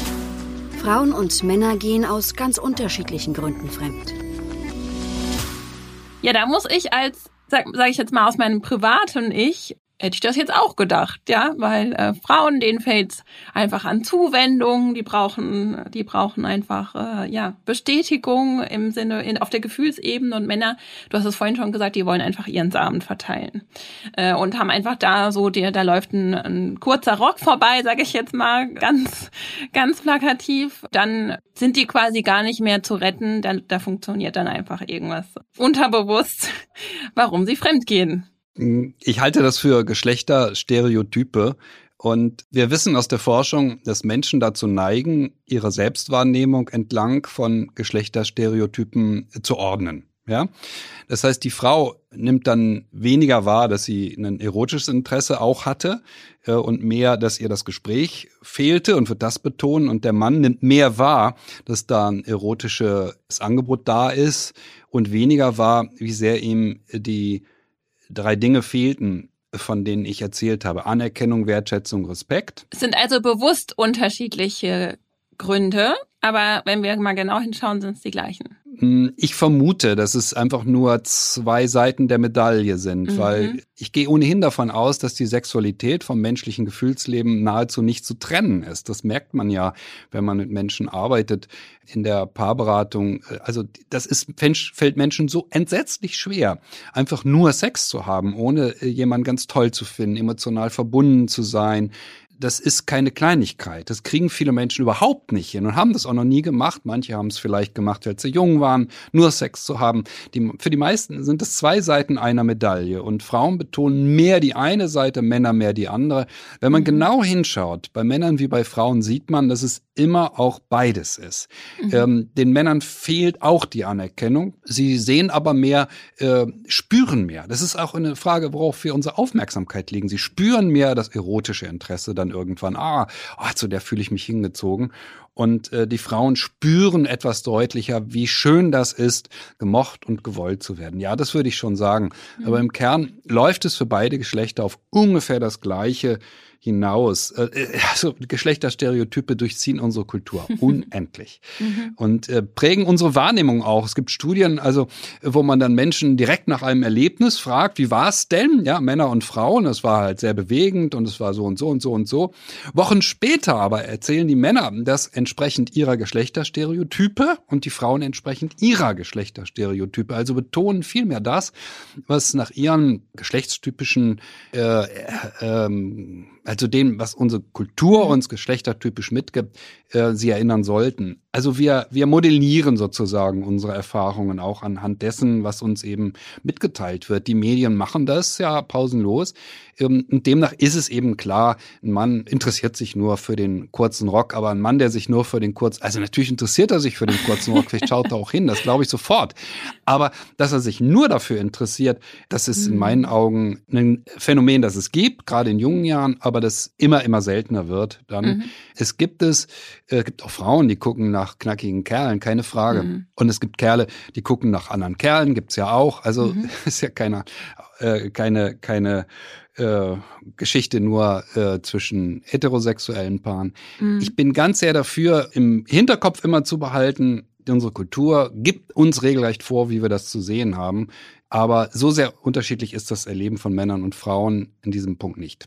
Frauen und Männer gehen aus ganz unterschiedlichen Gründen fremd. Ja, da muss ich als, sag, sag ich jetzt mal aus meinem privaten Ich, hätte ich das jetzt auch gedacht, ja, weil äh, Frauen, denen fällt's einfach an Zuwendung, die brauchen, die brauchen einfach äh, ja Bestätigung im Sinne in, auf der Gefühlsebene und Männer, du hast es vorhin schon gesagt, die wollen einfach ihren Samen verteilen äh, und haben einfach da so, der, da läuft ein, ein kurzer Rock vorbei, sage ich jetzt mal ganz, ganz plakativ, dann sind die quasi gar nicht mehr zu retten, da, da funktioniert dann einfach irgendwas unterbewusst, warum sie fremdgehen. Ich halte das für Geschlechterstereotype und wir wissen aus der Forschung, dass Menschen dazu neigen, ihre Selbstwahrnehmung entlang von Geschlechterstereotypen zu ordnen. Ja, das heißt, die Frau nimmt dann weniger wahr, dass sie ein erotisches Interesse auch hatte äh, und mehr, dass ihr das Gespräch fehlte und wird das betonen. Und der Mann nimmt mehr wahr, dass da ein erotisches Angebot da ist und weniger wahr, wie sehr ihm die drei Dinge fehlten, von denen ich erzählt habe. Anerkennung, Wertschätzung, Respekt. Es sind also bewusst unterschiedliche Gründe, aber wenn wir mal genau hinschauen, sind es die gleichen. Ich vermute, dass es einfach nur zwei Seiten der Medaille sind, mhm. weil ich gehe ohnehin davon aus, dass die Sexualität vom menschlichen Gefühlsleben nahezu nicht zu trennen ist. Das merkt man ja, wenn man mit Menschen arbeitet in der Paarberatung. Also das ist, fällt Menschen so entsetzlich schwer, einfach nur Sex zu haben, ohne jemanden ganz toll zu finden, emotional verbunden zu sein. Das ist keine Kleinigkeit. Das kriegen viele Menschen überhaupt nicht hin und haben das auch noch nie gemacht. Manche haben es vielleicht gemacht, als sie jung waren, nur Sex zu haben. Die, für die meisten sind es zwei Seiten einer Medaille und Frauen betonen mehr die eine Seite, Männer mehr die andere. Wenn man mhm. genau hinschaut, bei Männern wie bei Frauen sieht man, dass es immer auch beides ist. Mhm. Ähm, den Männern fehlt auch die Anerkennung. Sie sehen aber mehr, äh, spüren mehr. Das ist auch eine Frage, worauf wir unsere Aufmerksamkeit legen. Sie spüren mehr das erotische Interesse dann dann irgendwann, ah, oh, zu der fühle ich mich hingezogen. Und äh, die Frauen spüren etwas deutlicher, wie schön das ist, gemocht und gewollt zu werden. Ja, das würde ich schon sagen. Mhm. Aber im Kern läuft es für beide Geschlechter auf ungefähr das Gleiche hinaus. Also Geschlechterstereotype durchziehen unsere Kultur unendlich mhm. und äh, prägen unsere Wahrnehmung auch. Es gibt Studien, also wo man dann Menschen direkt nach einem Erlebnis fragt, wie war es denn? Ja, Männer und Frauen, es war halt sehr bewegend und es war so und so und so und so. Wochen später aber erzählen die Männer das entsprechend ihrer Geschlechterstereotype und die Frauen entsprechend ihrer Geschlechterstereotype. Also betonen vielmehr das, was nach ihren geschlechtstypischen äh, äh, ähm, also dem, was unsere Kultur uns geschlechtertypisch mitgibt, äh, sie erinnern sollten. Also wir wir modellieren sozusagen unsere Erfahrungen auch anhand dessen, was uns eben mitgeteilt wird. Die Medien machen das ja pausenlos. Ähm, und demnach ist es eben klar, ein Mann interessiert sich nur für den kurzen Rock, aber ein Mann, der sich nur für den kurzen, also natürlich interessiert er sich für den kurzen Rock, vielleicht schaut er auch hin, das glaube ich sofort. Aber dass er sich nur dafür interessiert, das ist in meinen Augen ein Phänomen, das es gibt, gerade in jungen Jahren, aber das immer, immer seltener wird dann. Mhm. Es gibt es, äh, gibt auch Frauen, die gucken nach knackigen Kerlen, keine Frage. Mhm. Und es gibt Kerle, die gucken nach anderen Kerlen, gibt's ja auch. Also mhm. ist ja keine, äh, keine, keine äh, Geschichte nur äh, zwischen heterosexuellen Paaren. Mhm. Ich bin ganz sehr dafür, im Hinterkopf immer zu behalten, unsere Kultur gibt uns regelrecht vor, wie wir das zu sehen haben. Aber so sehr unterschiedlich ist das Erleben von Männern und Frauen in diesem Punkt nicht.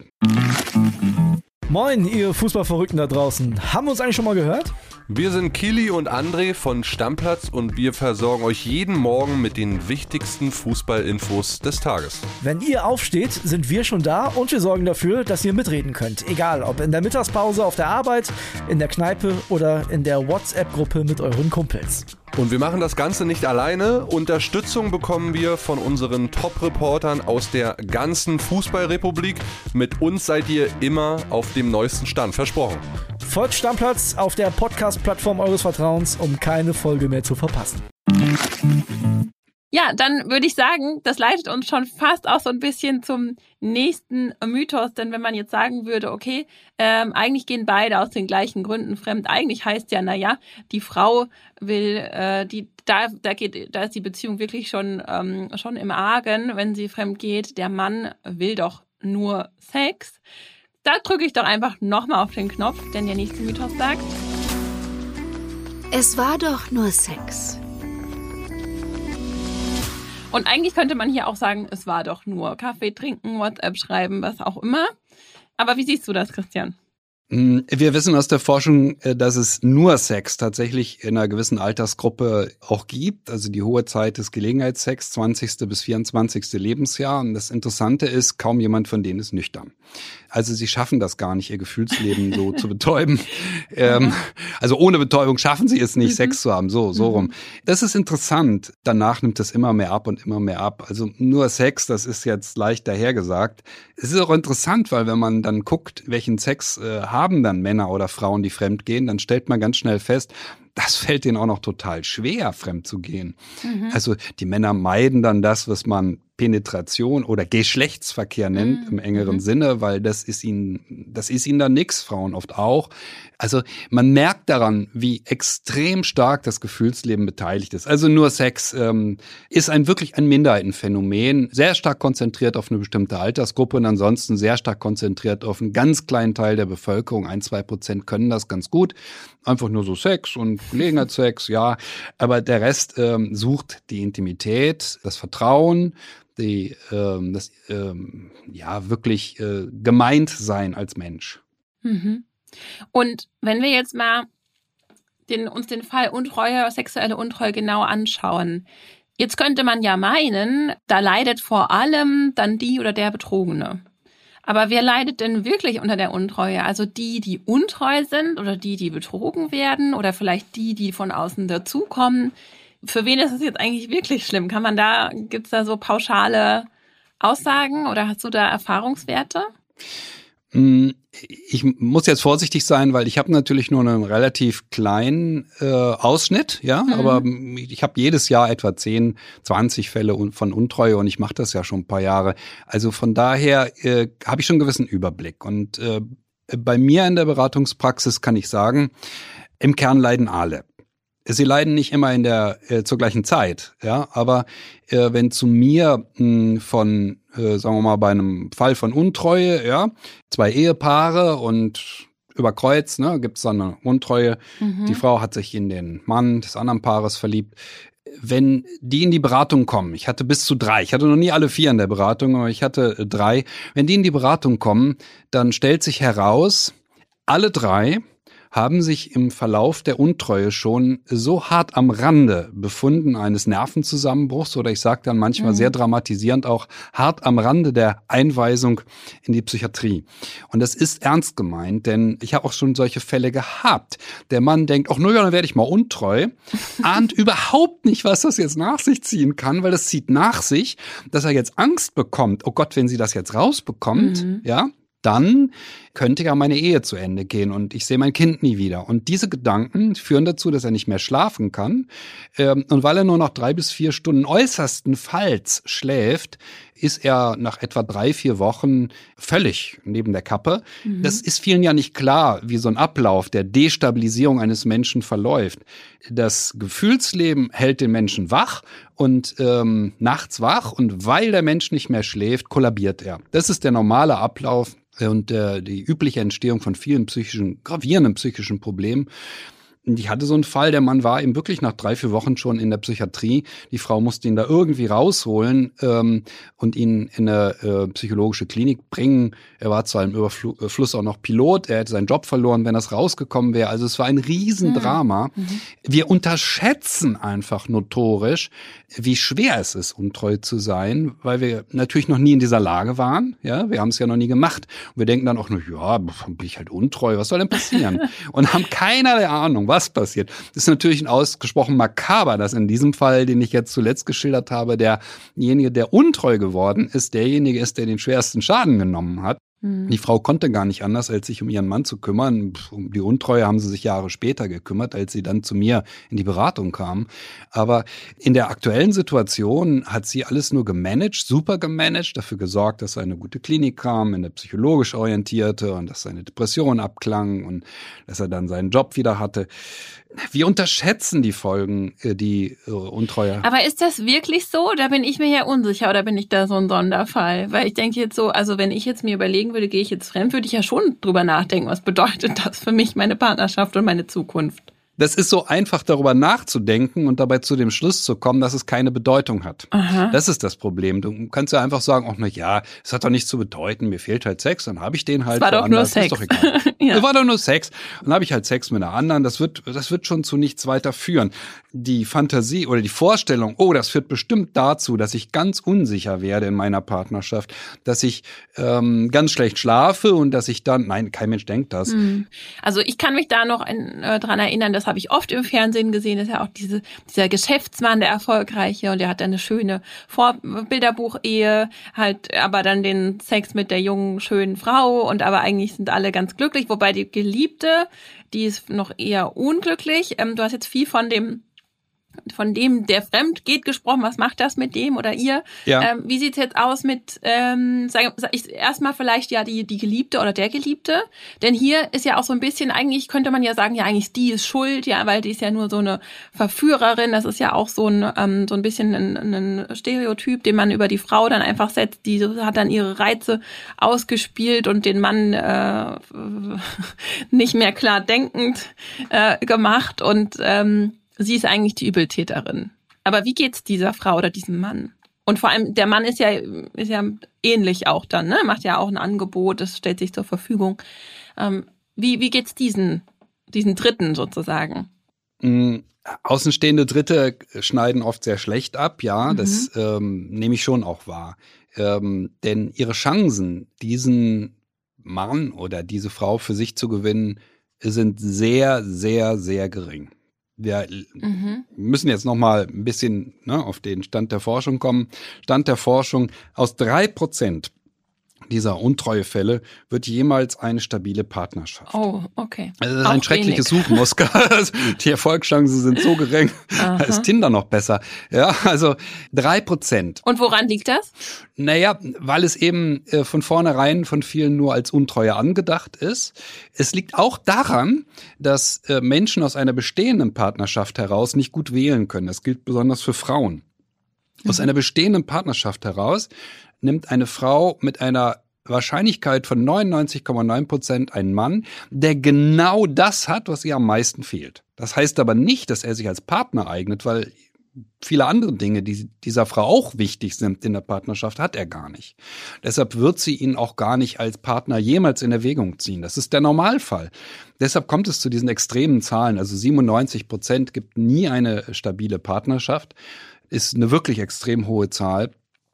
Moin, ihr Fußballverrückten da draußen. Haben wir uns eigentlich schon mal gehört? Wir sind Kili und André von Stammplatz und wir versorgen euch jeden Morgen mit den wichtigsten Fußballinfos des Tages. Wenn ihr aufsteht, sind wir schon da und wir sorgen dafür, dass ihr mitreden könnt. Egal, ob in der Mittagspause auf der Arbeit, in der Kneipe oder in der WhatsApp-Gruppe mit euren Kumpels. Und wir machen das Ganze nicht alleine. Unterstützung bekommen wir von unseren Top-Reportern aus der ganzen Fußballrepublik. Mit uns seid ihr immer auf dem neuesten Stand, versprochen. Folgt Stammplatz auf der Podcast-Plattform eures Vertrauens, um keine Folge mehr zu verpassen. Ja, dann würde ich sagen, das leitet uns schon fast auch so ein bisschen zum nächsten Mythos. Denn wenn man jetzt sagen würde, okay, ähm, eigentlich gehen beide aus den gleichen Gründen fremd. Eigentlich heißt ja, naja, die Frau will, äh, die da da geht, da ist die Beziehung wirklich schon ähm, schon im Argen, wenn sie fremd geht. Der Mann will doch nur Sex. Da drücke ich doch einfach nochmal auf den Knopf, denn der nächste Mythos sagt: Es war doch nur Sex. Und eigentlich könnte man hier auch sagen, es war doch nur Kaffee trinken, WhatsApp schreiben, was auch immer. Aber wie siehst du das, Christian? Wir wissen aus der Forschung, dass es nur Sex tatsächlich in einer gewissen Altersgruppe auch gibt. Also die hohe Zeit des Gelegenheitssex, zwanzigste bis vierundzwanzigste Lebensjahr. Und das Interessante ist, kaum jemand von denen ist nüchtern. Also sie schaffen das gar nicht, ihr Gefühlsleben so zu betäuben. Ähm, also ohne Betäubung schaffen sie es nicht, mhm. Sex zu haben. So, so rum. Das ist interessant. Danach nimmt es immer mehr ab und immer mehr ab. Also nur Sex, das ist jetzt leicht dahergesagt. Es ist auch interessant, weil wenn man dann guckt, welchen Sex äh, haben dann Männer oder Frauen, die fremd gehen, dann stellt man ganz schnell fest, das fällt denen auch noch total schwer, fremd zu gehen. Mhm. Also die Männer meiden dann das, was man Penetration oder Geschlechtsverkehr nennt, mhm. im engeren mhm. Sinne, weil das ist ihnen, das ist ihnen dann nix, Frauen oft auch. Also man merkt daran, wie extrem stark das Gefühlsleben beteiligt ist. Also nur Sex ähm, ist ein wirklich ein Minderheitenphänomen, sehr stark konzentriert auf eine bestimmte Altersgruppe und ansonsten sehr stark konzentriert auf einen ganz kleinen Teil der Bevölkerung. Ein, zwei Prozent können das ganz gut. Einfach nur so Sex und Gelegenheitssex, ja. Aber der Rest ähm, sucht die Intimität, das Vertrauen, die ähm, das ähm, ja wirklich äh, gemeint sein als Mensch. Mhm. Und wenn wir jetzt mal den, uns den Fall Untreue, sexuelle Untreue genau anschauen, jetzt könnte man ja meinen, da leidet vor allem dann die oder der Betrogene. Aber wer leidet denn wirklich unter der Untreue? Also die, die untreu sind oder die, die betrogen werden oder vielleicht die, die von außen dazukommen? Für wen ist es jetzt eigentlich wirklich schlimm? Kann man da, gibt's da so pauschale Aussagen oder hast du da Erfahrungswerte? Ich muss jetzt vorsichtig sein, weil ich habe natürlich nur einen relativ kleinen äh, Ausschnitt, ja, mhm. aber ich habe jedes Jahr etwa zehn, zwanzig Fälle von Untreue und ich mache das ja schon ein paar Jahre. Also von daher äh, habe ich schon einen gewissen Überblick und äh, Bei mir in der Beratungspraxis kann ich sagen, im Kern leiden alle. Sie leiden nicht immer in der äh, zur gleichen Zeit, ja, aber äh, wenn zu mir mh, von, äh, sagen wir mal, bei einem Fall von Untreue, ja, zwei Ehepaare und über Kreuz, ne, gibt's dann eine Untreue. Mhm. Die Frau hat sich in den Mann des anderen Paares verliebt. Wenn die in die Beratung kommen, ich hatte bis zu drei, ich hatte noch nie alle vier in der Beratung, aber ich hatte drei. Wenn die in die Beratung kommen, dann stellt sich heraus, alle drei haben sich im Verlauf der Untreue schon so hart am Rande befunden eines Nervenzusammenbruchs oder ich sage dann manchmal mhm. sehr dramatisierend auch hart am Rande der Einweisung in die Psychiatrie. Und das ist ernst gemeint, denn ich habe auch schon solche Fälle gehabt. Der Mann denkt, ach naja, dann werde ich mal untreu, ahnt überhaupt nicht, was das jetzt nach sich ziehen kann, weil das zieht nach sich, dass er jetzt Angst bekommt. Oh Gott, wenn sie das jetzt rausbekommt, mhm. ja, dann könnte ja meine Ehe zu Ende gehen und ich sehe mein Kind nie wieder. Und diese Gedanken führen dazu, dass er nicht mehr schlafen kann. Und weil er nur noch drei bis vier Stunden äußerstenfalls schläft, ist er nach etwa drei, vier Wochen völlig neben der Kappe. Mhm. Das ist vielen ja nicht klar, wie so ein Ablauf der Destabilisierung eines Menschen verläuft. Das Gefühlsleben hält den Menschen wach und ähm, nachts wach und weil der Mensch nicht mehr schläft, kollabiert er. Das ist der normale Ablauf und äh, die übliche Entstehung von vielen psychischen, gravierenden psychischen Problemen. Und ich hatte so einen Fall, der Mann war eben wirklich nach drei, vier Wochen schon in der Psychiatrie. Die Frau musste ihn da irgendwie rausholen ähm, und ihn in eine äh, psychologische Klinik bringen. Er war zwar im Überfluss auch noch Pilot, er hätte seinen Job verloren, wenn das rausgekommen wäre. Also es war ein Riesendrama. Mhm. Wir unterschätzen einfach notorisch, wie schwer es ist, untreu zu sein, weil wir natürlich noch nie in dieser Lage waren. Ja, wir haben es ja noch nie gemacht. Und wir denken dann auch nur, ja, bin ich halt untreu, was soll denn passieren? Und haben keinerlei Ahnung, was passiert. Das ist natürlich ein ausgesprochen makaber, dass in diesem Fall, den ich jetzt zuletzt geschildert habe, derjenige, der untreu geworden ist, derjenige ist, der den schwersten Schaden genommen hat. Die Frau konnte gar nicht anders, als sich um ihren Mann zu kümmern. Um die Untreue haben sie sich Jahre später gekümmert, als sie dann zu mir in die Beratung kam. Aber in der aktuellen Situation hat sie alles nur gemanagt, super gemanagt, dafür gesorgt, dass eine gute Klinik kam, eine psychologisch orientierte und dass seine Depression abklang und dass er dann seinen Job wieder hatte. Wir unterschätzen die Folgen, die äh, Untreue. Aber ist das wirklich so? Da bin ich mir ja unsicher oder bin ich da so ein Sonderfall? Weil ich denke jetzt so, also wenn ich jetzt mir überlegen würde, gehe ich jetzt fremd, würde ich ja schon drüber nachdenken, was bedeutet das für mich, meine Partnerschaft und meine Zukunft? Das ist so einfach, darüber nachzudenken und dabei zu dem Schluss zu kommen, dass es keine Bedeutung hat. Aha. Das ist das Problem. Du kannst ja einfach sagen, ach na ja, es hat doch nichts zu bedeuten, mir fehlt halt Sex, dann habe ich den halt. Es war doch nur Sex. Ist doch egal. Ja. Es war doch nur Sex. Dann habe ich halt Sex mit einer anderen. Das wird, das wird schon zu nichts weiter führen. Die Fantasie oder die Vorstellung, oh, das führt bestimmt dazu, dass ich ganz unsicher werde in meiner Partnerschaft, dass ich ähm, ganz schlecht schlafe und dass ich dann, nein, kein Mensch denkt das. Also ich kann mich da noch ein, äh, dran erinnern, dass Das habe ich oft im Fernsehen gesehen, das ist ja auch diese, dieser Geschäftsmann, der Erfolgreiche, und der hat eine schöne Bilderbuchehe, halt aber dann den Sex mit der jungen, schönen Frau und aber eigentlich sind alle ganz glücklich, wobei die Geliebte, die ist noch eher unglücklich. Ähm, du hast jetzt viel von dem von dem, der fremd geht, gesprochen. Was macht das mit dem oder ihr? Ja. Ähm, wie sieht's jetzt aus mit, ähm, sag, sag ich erstmal vielleicht ja die die Geliebte oder der Geliebte? Denn hier ist ja auch so ein bisschen, eigentlich könnte man ja sagen, ja eigentlich die ist schuld, ja, weil die ist ja nur so eine Verführerin. Das ist ja auch so ein ähm, so ein bisschen ein, ein Stereotyp, den man über die Frau dann einfach setzt. Die hat dann ihre Reize ausgespielt und den Mann äh, nicht mehr klar denkend äh, gemacht und ähm, sie ist eigentlich die Übeltäterin. Aber wie geht's dieser Frau oder diesem Mann? Und vor allem, der Mann ist ja, ist ja ähnlich auch dann, ne? Macht ja auch ein Angebot, das stellt sich zur Verfügung. Ähm, wie, wie geht's diesen, diesen Dritten sozusagen? Mhm. Außenstehende Dritte schneiden oft sehr schlecht ab, ja, mhm. das ähm, nehme ich schon auch wahr. Ähm, denn ihre Chancen, diesen Mann oder diese Frau für sich zu gewinnen, sind sehr, sehr, sehr gering. Wir mhm. müssen jetzt noch mal ein bisschen ne, auf den Stand der Forschung kommen. Stand der Forschung, aus drei Prozent dieser Untreuefälle wird jemals eine stabile Partnerschaft. Oh, okay. Also das ist Auch ein schreckliches wenig. Suchmuster. Die Erfolgschancen sind so gering. Da ist Tinder noch besser. Ja, also drei Prozent. Und woran liegt das? Naja, weil es eben äh, von vornherein von vielen nur als Untreue angedacht ist. Es liegt auch daran, dass äh, Menschen aus einer bestehenden Partnerschaft heraus nicht gut wählen können. Das gilt besonders für Frauen. Mhm. Aus einer bestehenden Partnerschaft heraus nimmt eine Frau mit einer Wahrscheinlichkeit von neunundneunzig Komma neun Prozent einen Mann, der genau das hat, was ihr am meisten fehlt. Das heißt aber nicht, dass er sich als Partner eignet, weil viele andere Dinge, die dieser Frau auch wichtig sind in der Partnerschaft, hat er gar nicht. Deshalb wird sie ihn auch gar nicht als Partner jemals in Erwägung ziehen. Das ist der Normalfall. Deshalb kommt es zu diesen extremen Zahlen. Also siebenundneunzig Prozent gibt nie eine stabile Partnerschaft. Ist eine wirklich extrem hohe Zahl.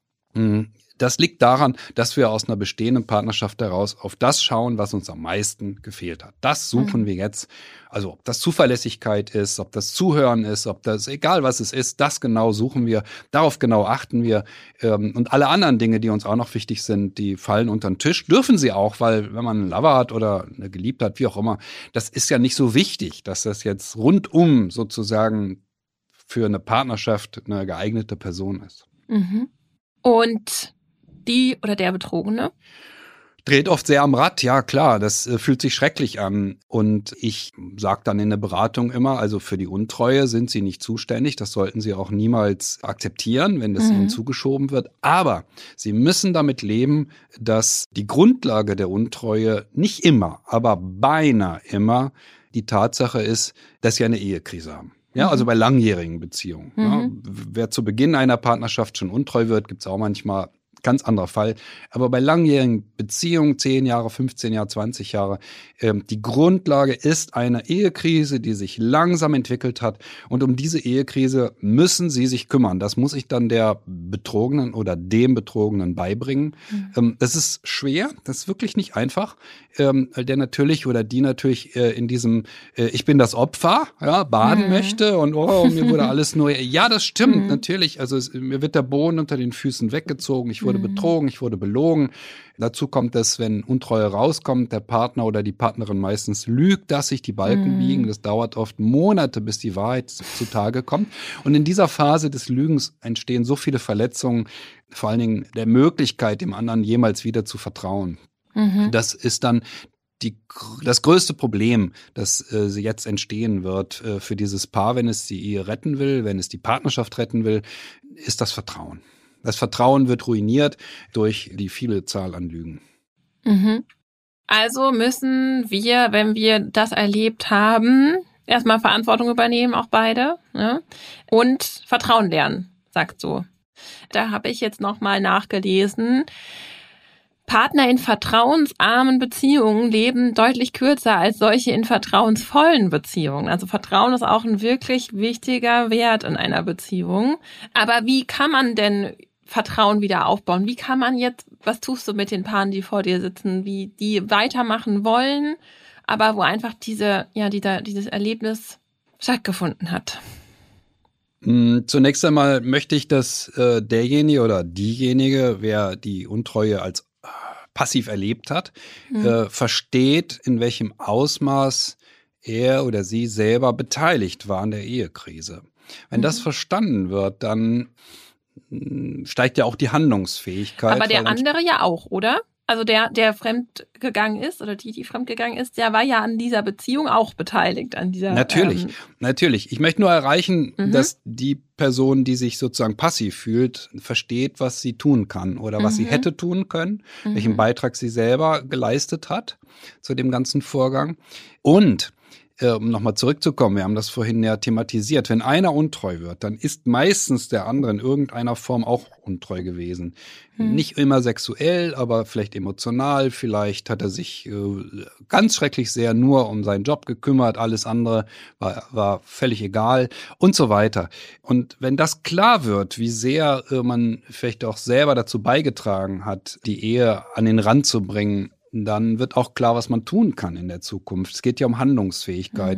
Das liegt daran, dass wir aus einer bestehenden Partnerschaft heraus auf das schauen, was uns am meisten gefehlt hat. Das suchen mhm. wir jetzt. Also ob das Zuverlässigkeit ist, ob das Zuhören ist, ob das, egal was es ist, das genau suchen wir. Darauf genau achten wir. Und alle anderen Dinge, die uns auch noch wichtig sind, die fallen unter den Tisch. Dürfen sie auch, weil wenn man einen Lover hat oder eine Geliebte hat, wie auch immer, das ist ja nicht so wichtig, dass das jetzt rundum sozusagen für eine Partnerschaft eine geeignete Person ist. Mhm. Und die oder der Betrogene? Dreht oft sehr am Rad, ja klar, das äh, fühlt sich schrecklich an. Und ich sage dann in der Beratung immer, also für die Untreue sind sie nicht zuständig, das sollten sie auch niemals akzeptieren, wenn das mhm. ihnen zugeschoben wird. Aber sie müssen damit leben, dass die Grundlage der Untreue nicht immer, aber beinahe immer die Tatsache ist, dass sie eine Ehekrise haben. Ja, also bei langjährigen Beziehungen. Mhm. Ja, wer zu Beginn einer Partnerschaft schon untreu wird, gibt's auch manchmal. Ganz anderer Fall. Aber bei langjährigen Beziehungen, zehn Jahre, fünfzehn Jahre, zwanzig Jahre, ähm, die Grundlage ist eine Ehekrise, die sich langsam entwickelt hat. Und um diese Ehekrise müssen sie sich kümmern. Das muss ich dann der Betrogenen oder dem Betrogenen beibringen. Mhm. Ähm, das ist schwer, das ist wirklich nicht einfach. Ähm, der natürlich oder die natürlich äh, in diesem äh, Ich bin das Opfer, ja, baden mhm. möchte und oh, mir wurde alles nur, ja, das stimmt, mhm. natürlich. Also es, mir wird der Boden unter den Füßen weggezogen. Ich wurde betrogen, ich wurde belogen. Dazu kommt es, wenn Untreue rauskommt, der Partner oder die Partnerin meistens lügt, dass sich die Balken mm. biegen. Das dauert oft Monate, bis die Wahrheit zutage kommt. Und in dieser Phase des Lügens entstehen so viele Verletzungen, vor allen Dingen der Möglichkeit, dem anderen jemals wieder zu vertrauen. Mhm. Das ist dann die, das größte Problem, das äh, jetzt entstehen wird äh, für dieses Paar, wenn es die Ehe retten will, wenn es die Partnerschaft retten will, ist das Vertrauen. Das Vertrauen wird ruiniert durch die viele Zahl an Lügen. Mhm. Also müssen wir, wenn wir das erlebt haben, erstmal Verantwortung übernehmen, auch beide, ne? Und Vertrauen lernen, sagt so. Da habe ich jetzt nochmal nachgelesen. Partner in vertrauensarmen Beziehungen leben deutlich kürzer als solche in vertrauensvollen Beziehungen. Also Vertrauen ist auch ein wirklich wichtiger Wert in einer Beziehung. Aber wie kann man denn Vertrauen wieder aufbauen? Wie kann man jetzt, was tust du mit den Paaren, die vor dir sitzen, wie die weitermachen wollen, aber wo einfach diese, ja, dieser, dieses Erlebnis stattgefunden hat? Zunächst einmal möchte ich, dass äh, derjenige oder diejenige, wer die Untreue als äh, passiv erlebt hat, mhm. äh, versteht, in welchem Ausmaß er oder sie selber beteiligt war an der Ehekrise. Wenn mhm. das verstanden wird, dann steigt ja auch die Handlungsfähigkeit. Aber der andere ja auch, oder? Also der, der fremdgegangen ist oder die, die fremdgegangen ist, der war ja an dieser Beziehung auch beteiligt. An dieser. Natürlich, ähm natürlich. Ich möchte nur erreichen, mhm. dass die Person, die sich sozusagen passiv fühlt, versteht, was sie tun kann oder was mhm. sie hätte tun können, mhm. welchen Beitrag sie selber geleistet hat zu dem ganzen Vorgang. Und um nochmal zurückzukommen, wir haben das vorhin ja thematisiert, wenn einer untreu wird, dann ist meistens der andere in irgendeiner Form auch untreu gewesen. Hm. Nicht immer sexuell, aber vielleicht emotional, vielleicht hat er sich äh, ganz schrecklich sehr nur um seinen Job gekümmert, alles andere war, war völlig egal und so weiter. Und wenn das klar wird, wie sehr äh, man vielleicht auch selber dazu beigetragen hat, die Ehe an den Rand zu bringen, dann wird auch klar, was man tun kann in der Zukunft. Es geht ja um Handlungsfähigkeit. Mhm.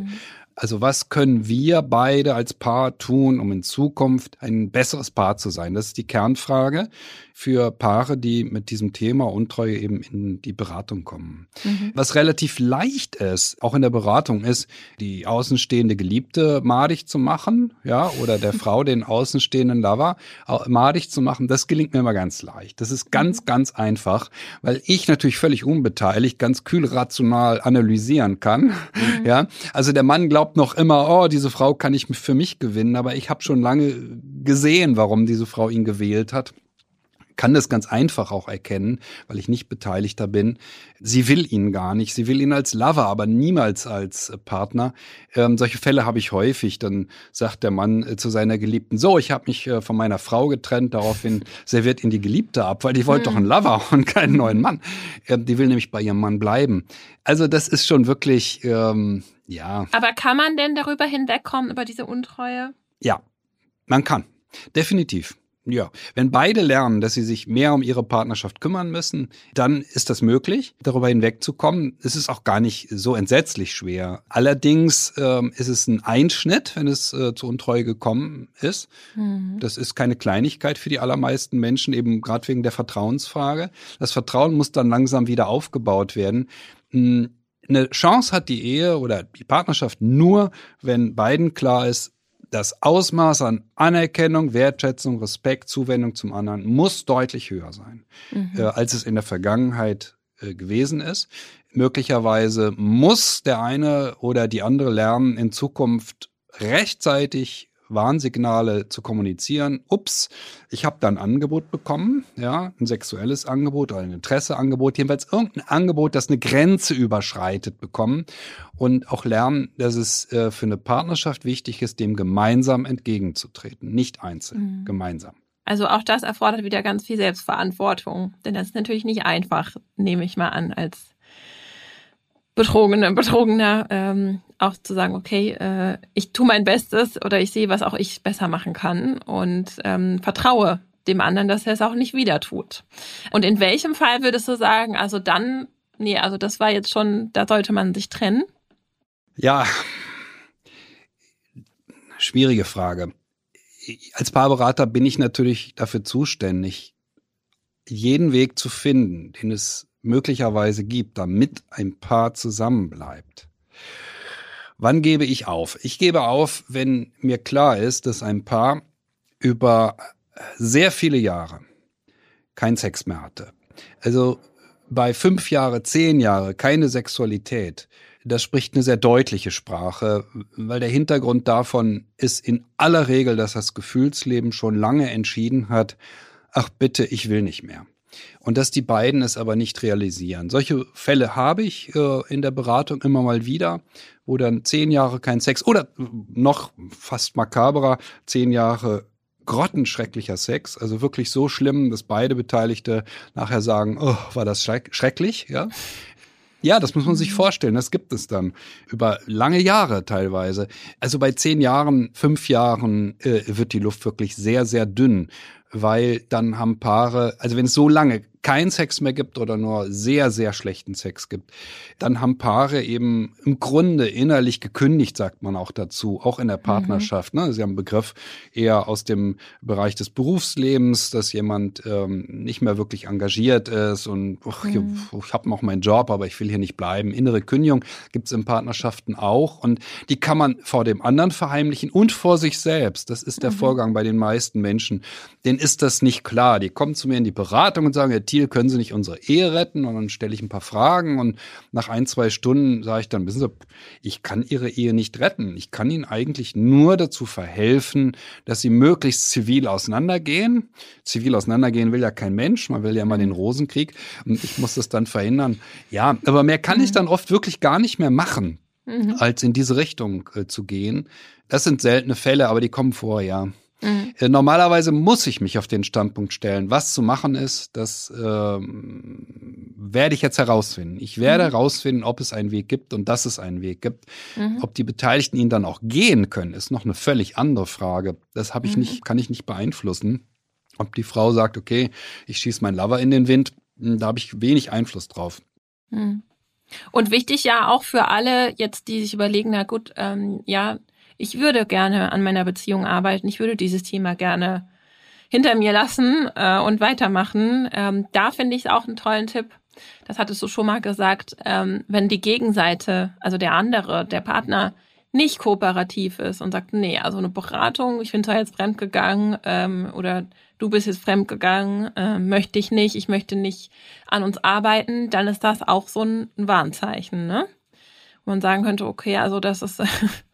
Also was können wir beide als Paar tun, um in Zukunft ein besseres Paar zu sein? Das ist die Kernfrage für Paare, die mit diesem Thema Untreue eben in die Beratung kommen. Mhm. Was relativ leicht ist, auch in der Beratung, ist, die außenstehende Geliebte madig zu machen, ja, oder der Frau den außenstehenden Lover madig zu machen. Das gelingt mir immer ganz leicht. Das ist ganz, ganz einfach, weil ich natürlich völlig unbeteiligt, ganz kühl rational analysieren kann. Mhm. Ja, also der Mann glaubt noch immer, oh, diese Frau kann ich für mich gewinnen, aber ich habe schon lange gesehen, warum diese Frau ihn gewählt hat. Kann das ganz einfach auch erkennen, weil ich nicht Beteiligter bin. Sie will ihn gar nicht. Sie will ihn als Lover, aber niemals als Partner. Ähm, solche Fälle habe ich häufig. Dann sagt der Mann äh, zu seiner Geliebten, so, ich habe mich äh, von meiner Frau getrennt. Daraufhin serviert ihn die Geliebte ab, weil die wollte hm. doch einen Lover und keinen neuen Mann. Ähm, die will nämlich bei ihrem Mann bleiben. Also das ist schon wirklich, ähm, ja. Aber kann man denn darüber hinwegkommen, über diese Untreue? Ja, man kann. Definitiv. Ja, wenn beide lernen, dass sie sich mehr um ihre Partnerschaft kümmern müssen, dann ist das möglich, darüber hinwegzukommen. Es ist auch gar nicht so entsetzlich schwer. Allerdings ähm, ist es ein Einschnitt, wenn es äh, zu Untreue gekommen ist. Mhm. Das ist keine Kleinigkeit für die allermeisten Menschen, eben gerade wegen der Vertrauensfrage. Das Vertrauen muss dann langsam wieder aufgebaut werden. Eine Chance hat die Ehe oder die Partnerschaft nur, wenn beiden klar ist, das Ausmaß an Anerkennung, Wertschätzung, Respekt, Zuwendung zum anderen muss deutlich höher sein, mhm. äh, als es in der Vergangenheit äh, gewesen ist. Möglicherweise muss der eine oder die andere lernen, in Zukunft rechtzeitig Warnsignale zu kommunizieren. Ups, ich habe da ein Angebot bekommen, ja, ein sexuelles Angebot oder ein Interesseangebot, jedenfalls irgendein Angebot, das eine Grenze überschreitet, bekommen und auch lernen, dass es äh, für eine Partnerschaft wichtig ist, dem gemeinsam entgegenzutreten, nicht einzeln, mhm. gemeinsam. Also auch das erfordert wieder ganz viel Selbstverantwortung, denn das ist natürlich nicht einfach, nehme ich mal an, als Betrogene, Betrogener, ähm, auch zu sagen, okay, äh, ich tue mein Bestes oder ich sehe, was auch ich besser machen kann und ähm, vertraue dem anderen, dass er es auch nicht wieder tut. Und in welchem Fall würdest du sagen, also dann, nee, also das war jetzt schon, da sollte man sich trennen? Ja, schwierige Frage. Als Paarberater bin ich natürlich dafür zuständig, jeden Weg zu finden, den es möglicherweise gibt, damit ein Paar zusammenbleibt. Wann gebe ich auf? Ich gebe auf, wenn mir klar ist, dass ein Paar über sehr viele Jahre keinen Sex mehr hatte. Also bei fünf Jahre, zehn Jahre keine Sexualität. Das spricht eine sehr deutliche Sprache, weil der Hintergrund davon ist in aller Regel, dass das Gefühlsleben schon lange entschieden hat, ach bitte, ich will nicht mehr. Und dass die beiden es aber nicht realisieren. Solche Fälle habe ich äh, in der Beratung immer mal wieder, wo dann zehn Jahre kein Sex oder noch fast makaberer, zehn Jahre grottenschrecklicher Sex, also wirklich so schlimm, dass beide Beteiligte nachher sagen, oh, war das schreck- schrecklich, ja. Ja, das muss man sich vorstellen, das gibt es dann über lange Jahre teilweise. Also bei zehn Jahren, fünf Jahren äh, wird die Luft wirklich sehr, sehr dünn, weil dann haben Paare, also wenn es so lange keinen Sex mehr gibt oder nur sehr, sehr schlechten Sex gibt, dann haben Paare eben im Grunde innerlich gekündigt, sagt man auch dazu, auch in der Partnerschaft. Mhm. Ne? Sie haben einen Begriff eher aus dem Bereich des Berufslebens, dass jemand ähm, nicht mehr wirklich engagiert ist und ach, mhm. ich, ich habe noch meinen Job, aber ich will hier nicht bleiben. Innere Kündigung gibt es in Partnerschaften auch und die kann man vor dem anderen verheimlichen und vor sich selbst. Das ist der mhm. Vorgang bei den meisten Menschen. Denen ist das nicht klar. Die kommen zu mir in die Beratung und sagen, Herr Thiel, können Sie nicht unsere Ehe retten? Und dann stelle ich ein paar Fragen und nach ein, zwei Stunden sage ich dann, wissen Sie, ich kann Ihre Ehe nicht retten. Ich kann Ihnen eigentlich nur dazu verhelfen, dass Sie möglichst zivil auseinandergehen. Zivil auseinandergehen will ja kein Mensch, man will ja mal den Rosenkrieg und ich muss das dann verhindern. Ja, aber mehr kann ich dann oft wirklich gar nicht mehr machen, mhm. als in diese Richtung äh, zu gehen. Das sind seltene Fälle, aber die kommen vor, ja. Mhm. Äh, normalerweise muss ich mich auf den Standpunkt stellen. Was zu machen ist, das ähm, werde ich jetzt herausfinden. Ich werde mhm. herausfinden, ob es einen Weg gibt und dass es einen Weg gibt. Mhm. Ob die Beteiligten ihn dann auch gehen können, ist noch eine völlig andere Frage. Das habe ich mhm. nicht, kann ich nicht beeinflussen. Ob die Frau sagt, okay, ich schieße meinen Lover in den Wind, da habe ich wenig Einfluss drauf. Mhm. Und wichtig ja auch für alle jetzt, die sich überlegen, na gut, ähm, ja, ich würde gerne an meiner Beziehung arbeiten, ich würde dieses Thema gerne hinter mir lassen äh, und weitermachen. Ähm, da finde ich auch einen tollen Tipp. Das hattest du schon mal gesagt, ähm, wenn die Gegenseite, also der andere, der Partner, nicht kooperativ ist und sagt, nee, also eine Beratung, ich bin zwar jetzt fremdgegangen ähm, oder du bist jetzt fremdgegangen, äh, möchte ich nicht, ich möchte nicht an uns arbeiten, dann ist das auch so ein Warnzeichen, ne? Wo man sagen könnte, okay, also das ist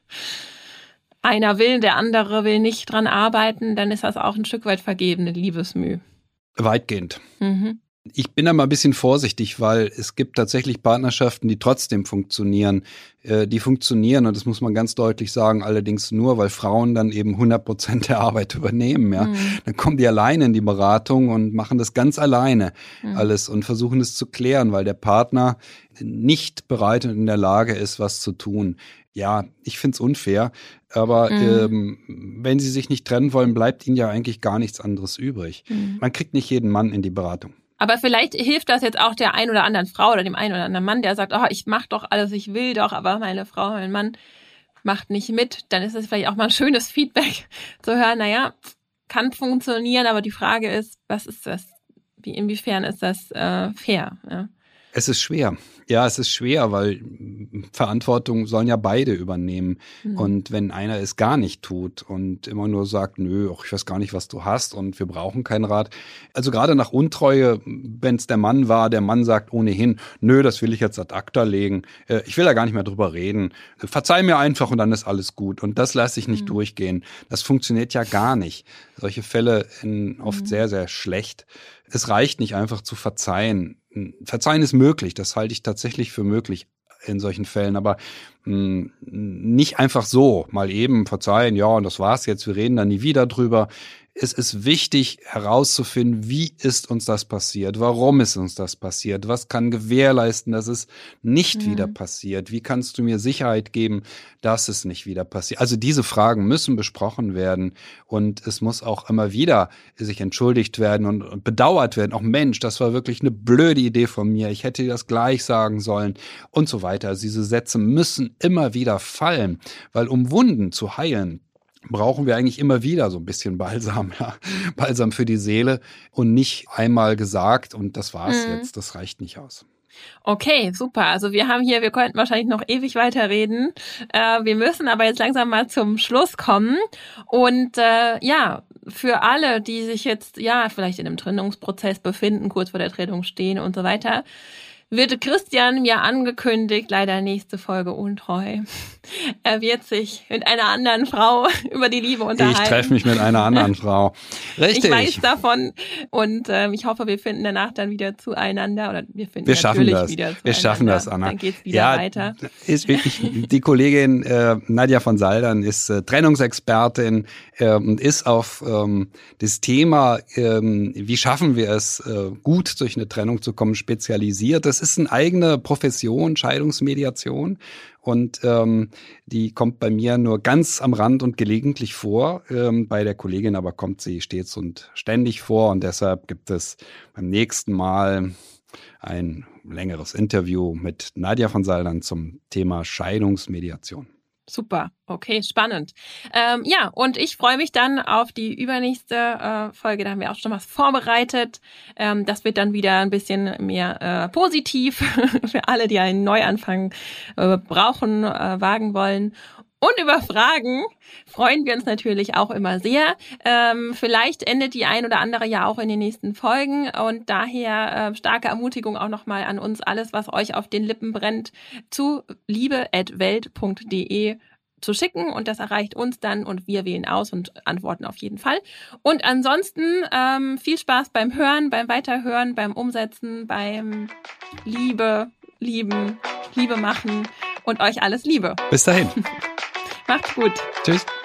einer will, der andere will nicht dran arbeiten, dann ist das auch ein Stück weit vergebene Liebesmüh. Weitgehend. Mhm. Ich bin da mal ein bisschen vorsichtig, weil es gibt tatsächlich Partnerschaften, die trotzdem funktionieren. Äh, die funktionieren, und das muss man ganz deutlich sagen, allerdings nur, weil Frauen dann eben hundert Prozent der Arbeit übernehmen. Ja, mhm. Dann kommen die alleine in die Beratung und machen das ganz alleine mhm. alles und versuchen es zu klären, weil der Partner nicht bereit und in der Lage ist, was zu tun. Ja, ich find's unfair, aber mhm. ähm, wenn sie sich nicht trennen wollen, bleibt ihnen ja eigentlich gar nichts anderes übrig. Mhm. Man kriegt nicht jeden Mann in die Beratung. Aber vielleicht hilft das jetzt auch der ein oder anderen Frau oder dem einen oder anderen Mann, der sagt, oh, ich mach doch alles, ich will doch, aber meine Frau, mein Mann macht nicht mit. Dann ist es vielleicht auch mal ein schönes Feedback zu hören, naja, kann funktionieren, aber die Frage ist, was ist das? Wie, inwiefern ist das äh, fair? Ja? Es ist schwer. Ja, es ist schwer, weil Verantwortung sollen ja beide übernehmen. Mhm. Und wenn einer es gar nicht tut und immer nur sagt, nö, ach, ich weiß gar nicht, was du hast und wir brauchen keinen Rat. Also gerade nach Untreue, wenn es der Mann war, der Mann sagt ohnehin, nö, das will ich jetzt ad acta legen. Ich will da gar nicht mehr drüber reden. Verzeih mir einfach und dann ist alles gut. Und das lasse ich nicht mhm. durchgehen. Das funktioniert ja gar nicht. Solche Fälle sind oft mhm. sehr, sehr schlecht. Es reicht nicht einfach zu verzeihen. Verzeihen ist möglich, das halte ich tatsächlich für möglich in solchen Fällen, aber mh, nicht einfach so, mal eben verzeihen, ja, und das war's jetzt, wir reden da nie wieder drüber. Es ist wichtig herauszufinden, wie ist uns das passiert, warum ist uns das passiert, was kann gewährleisten, dass es nicht mhm. wieder passiert, wie kannst du mir Sicherheit geben, dass es nicht wieder passiert. Also diese Fragen müssen besprochen werden und es muss auch immer wieder sich entschuldigt werden und bedauert werden, auch Mensch, das war wirklich eine blöde Idee von mir, ich hätte dir das gleich sagen sollen und so weiter. Also diese Sätze müssen immer wieder fallen, weil um Wunden zu heilen, brauchen wir eigentlich immer wieder so ein bisschen Balsam, ja. Balsam für die Seele und nicht einmal gesagt und das war's mhm. jetzt, das reicht nicht aus. Okay, super. Also wir haben hier, wir könnten wahrscheinlich noch ewig weiterreden. Äh, wir müssen aber jetzt langsam mal zum Schluss kommen und äh, ja, für alle, die sich jetzt ja vielleicht in einem Trennungsprozess befinden, kurz vor der Trennung stehen und so weiter, wird Christian mir angekündigt, leider nächste Folge untreu. Er wird sich mit einer anderen Frau über die Liebe unterhalten. Ich treffe mich mit einer anderen Frau. Richtig. Ich weiß davon und ähm, ich hoffe, wir finden danach dann wieder zueinander oder wir finden wir schaffen natürlich das. wieder zueinander. Wir schaffen das, Anna. Dann geht's wieder ja, weiter. Ist wirklich, die Kollegin äh, Nadja von Saldern ist äh, Trennungsexpertin äh, und ist auf ähm, das Thema, äh, wie schaffen wir es, äh, gut durch eine Trennung zu kommen, spezialisiert. Das ist eine eigene Profession, Scheidungsmediation. Und ähm, die kommt bei mir nur ganz am Rand und gelegentlich vor. Ähm, bei der Kollegin aber kommt sie stets und ständig vor. Und deshalb gibt es beim nächsten Mal ein längeres Interview mit Nadja von Saldern zum Thema Scheidungsmediation. Super, okay, spannend. Ähm, ja, und ich freue mich dann auf die übernächste äh, Folge. Da haben wir auch schon was vorbereitet. Ähm, das wird dann wieder ein bisschen mehr äh, positiv für alle, die einen Neuanfang äh, brauchen, äh, wagen wollen. Und über Fragen freuen wir uns natürlich auch immer sehr. Ähm, vielleicht endet die ein oder andere ja auch in den nächsten Folgen und daher äh, starke Ermutigung auch nochmal an uns, alles, was euch auf den Lippen brennt, zu liebe at welt punkt de zu schicken und das erreicht uns dann und wir wählen aus und antworten auf jeden Fall. Und ansonsten ähm, viel Spaß beim Hören, beim Weiterhören, beim Umsetzen, beim Liebe, Lieben, Liebe machen und euch alles Liebe. Bis dahin. Macht's gut. Tschüss.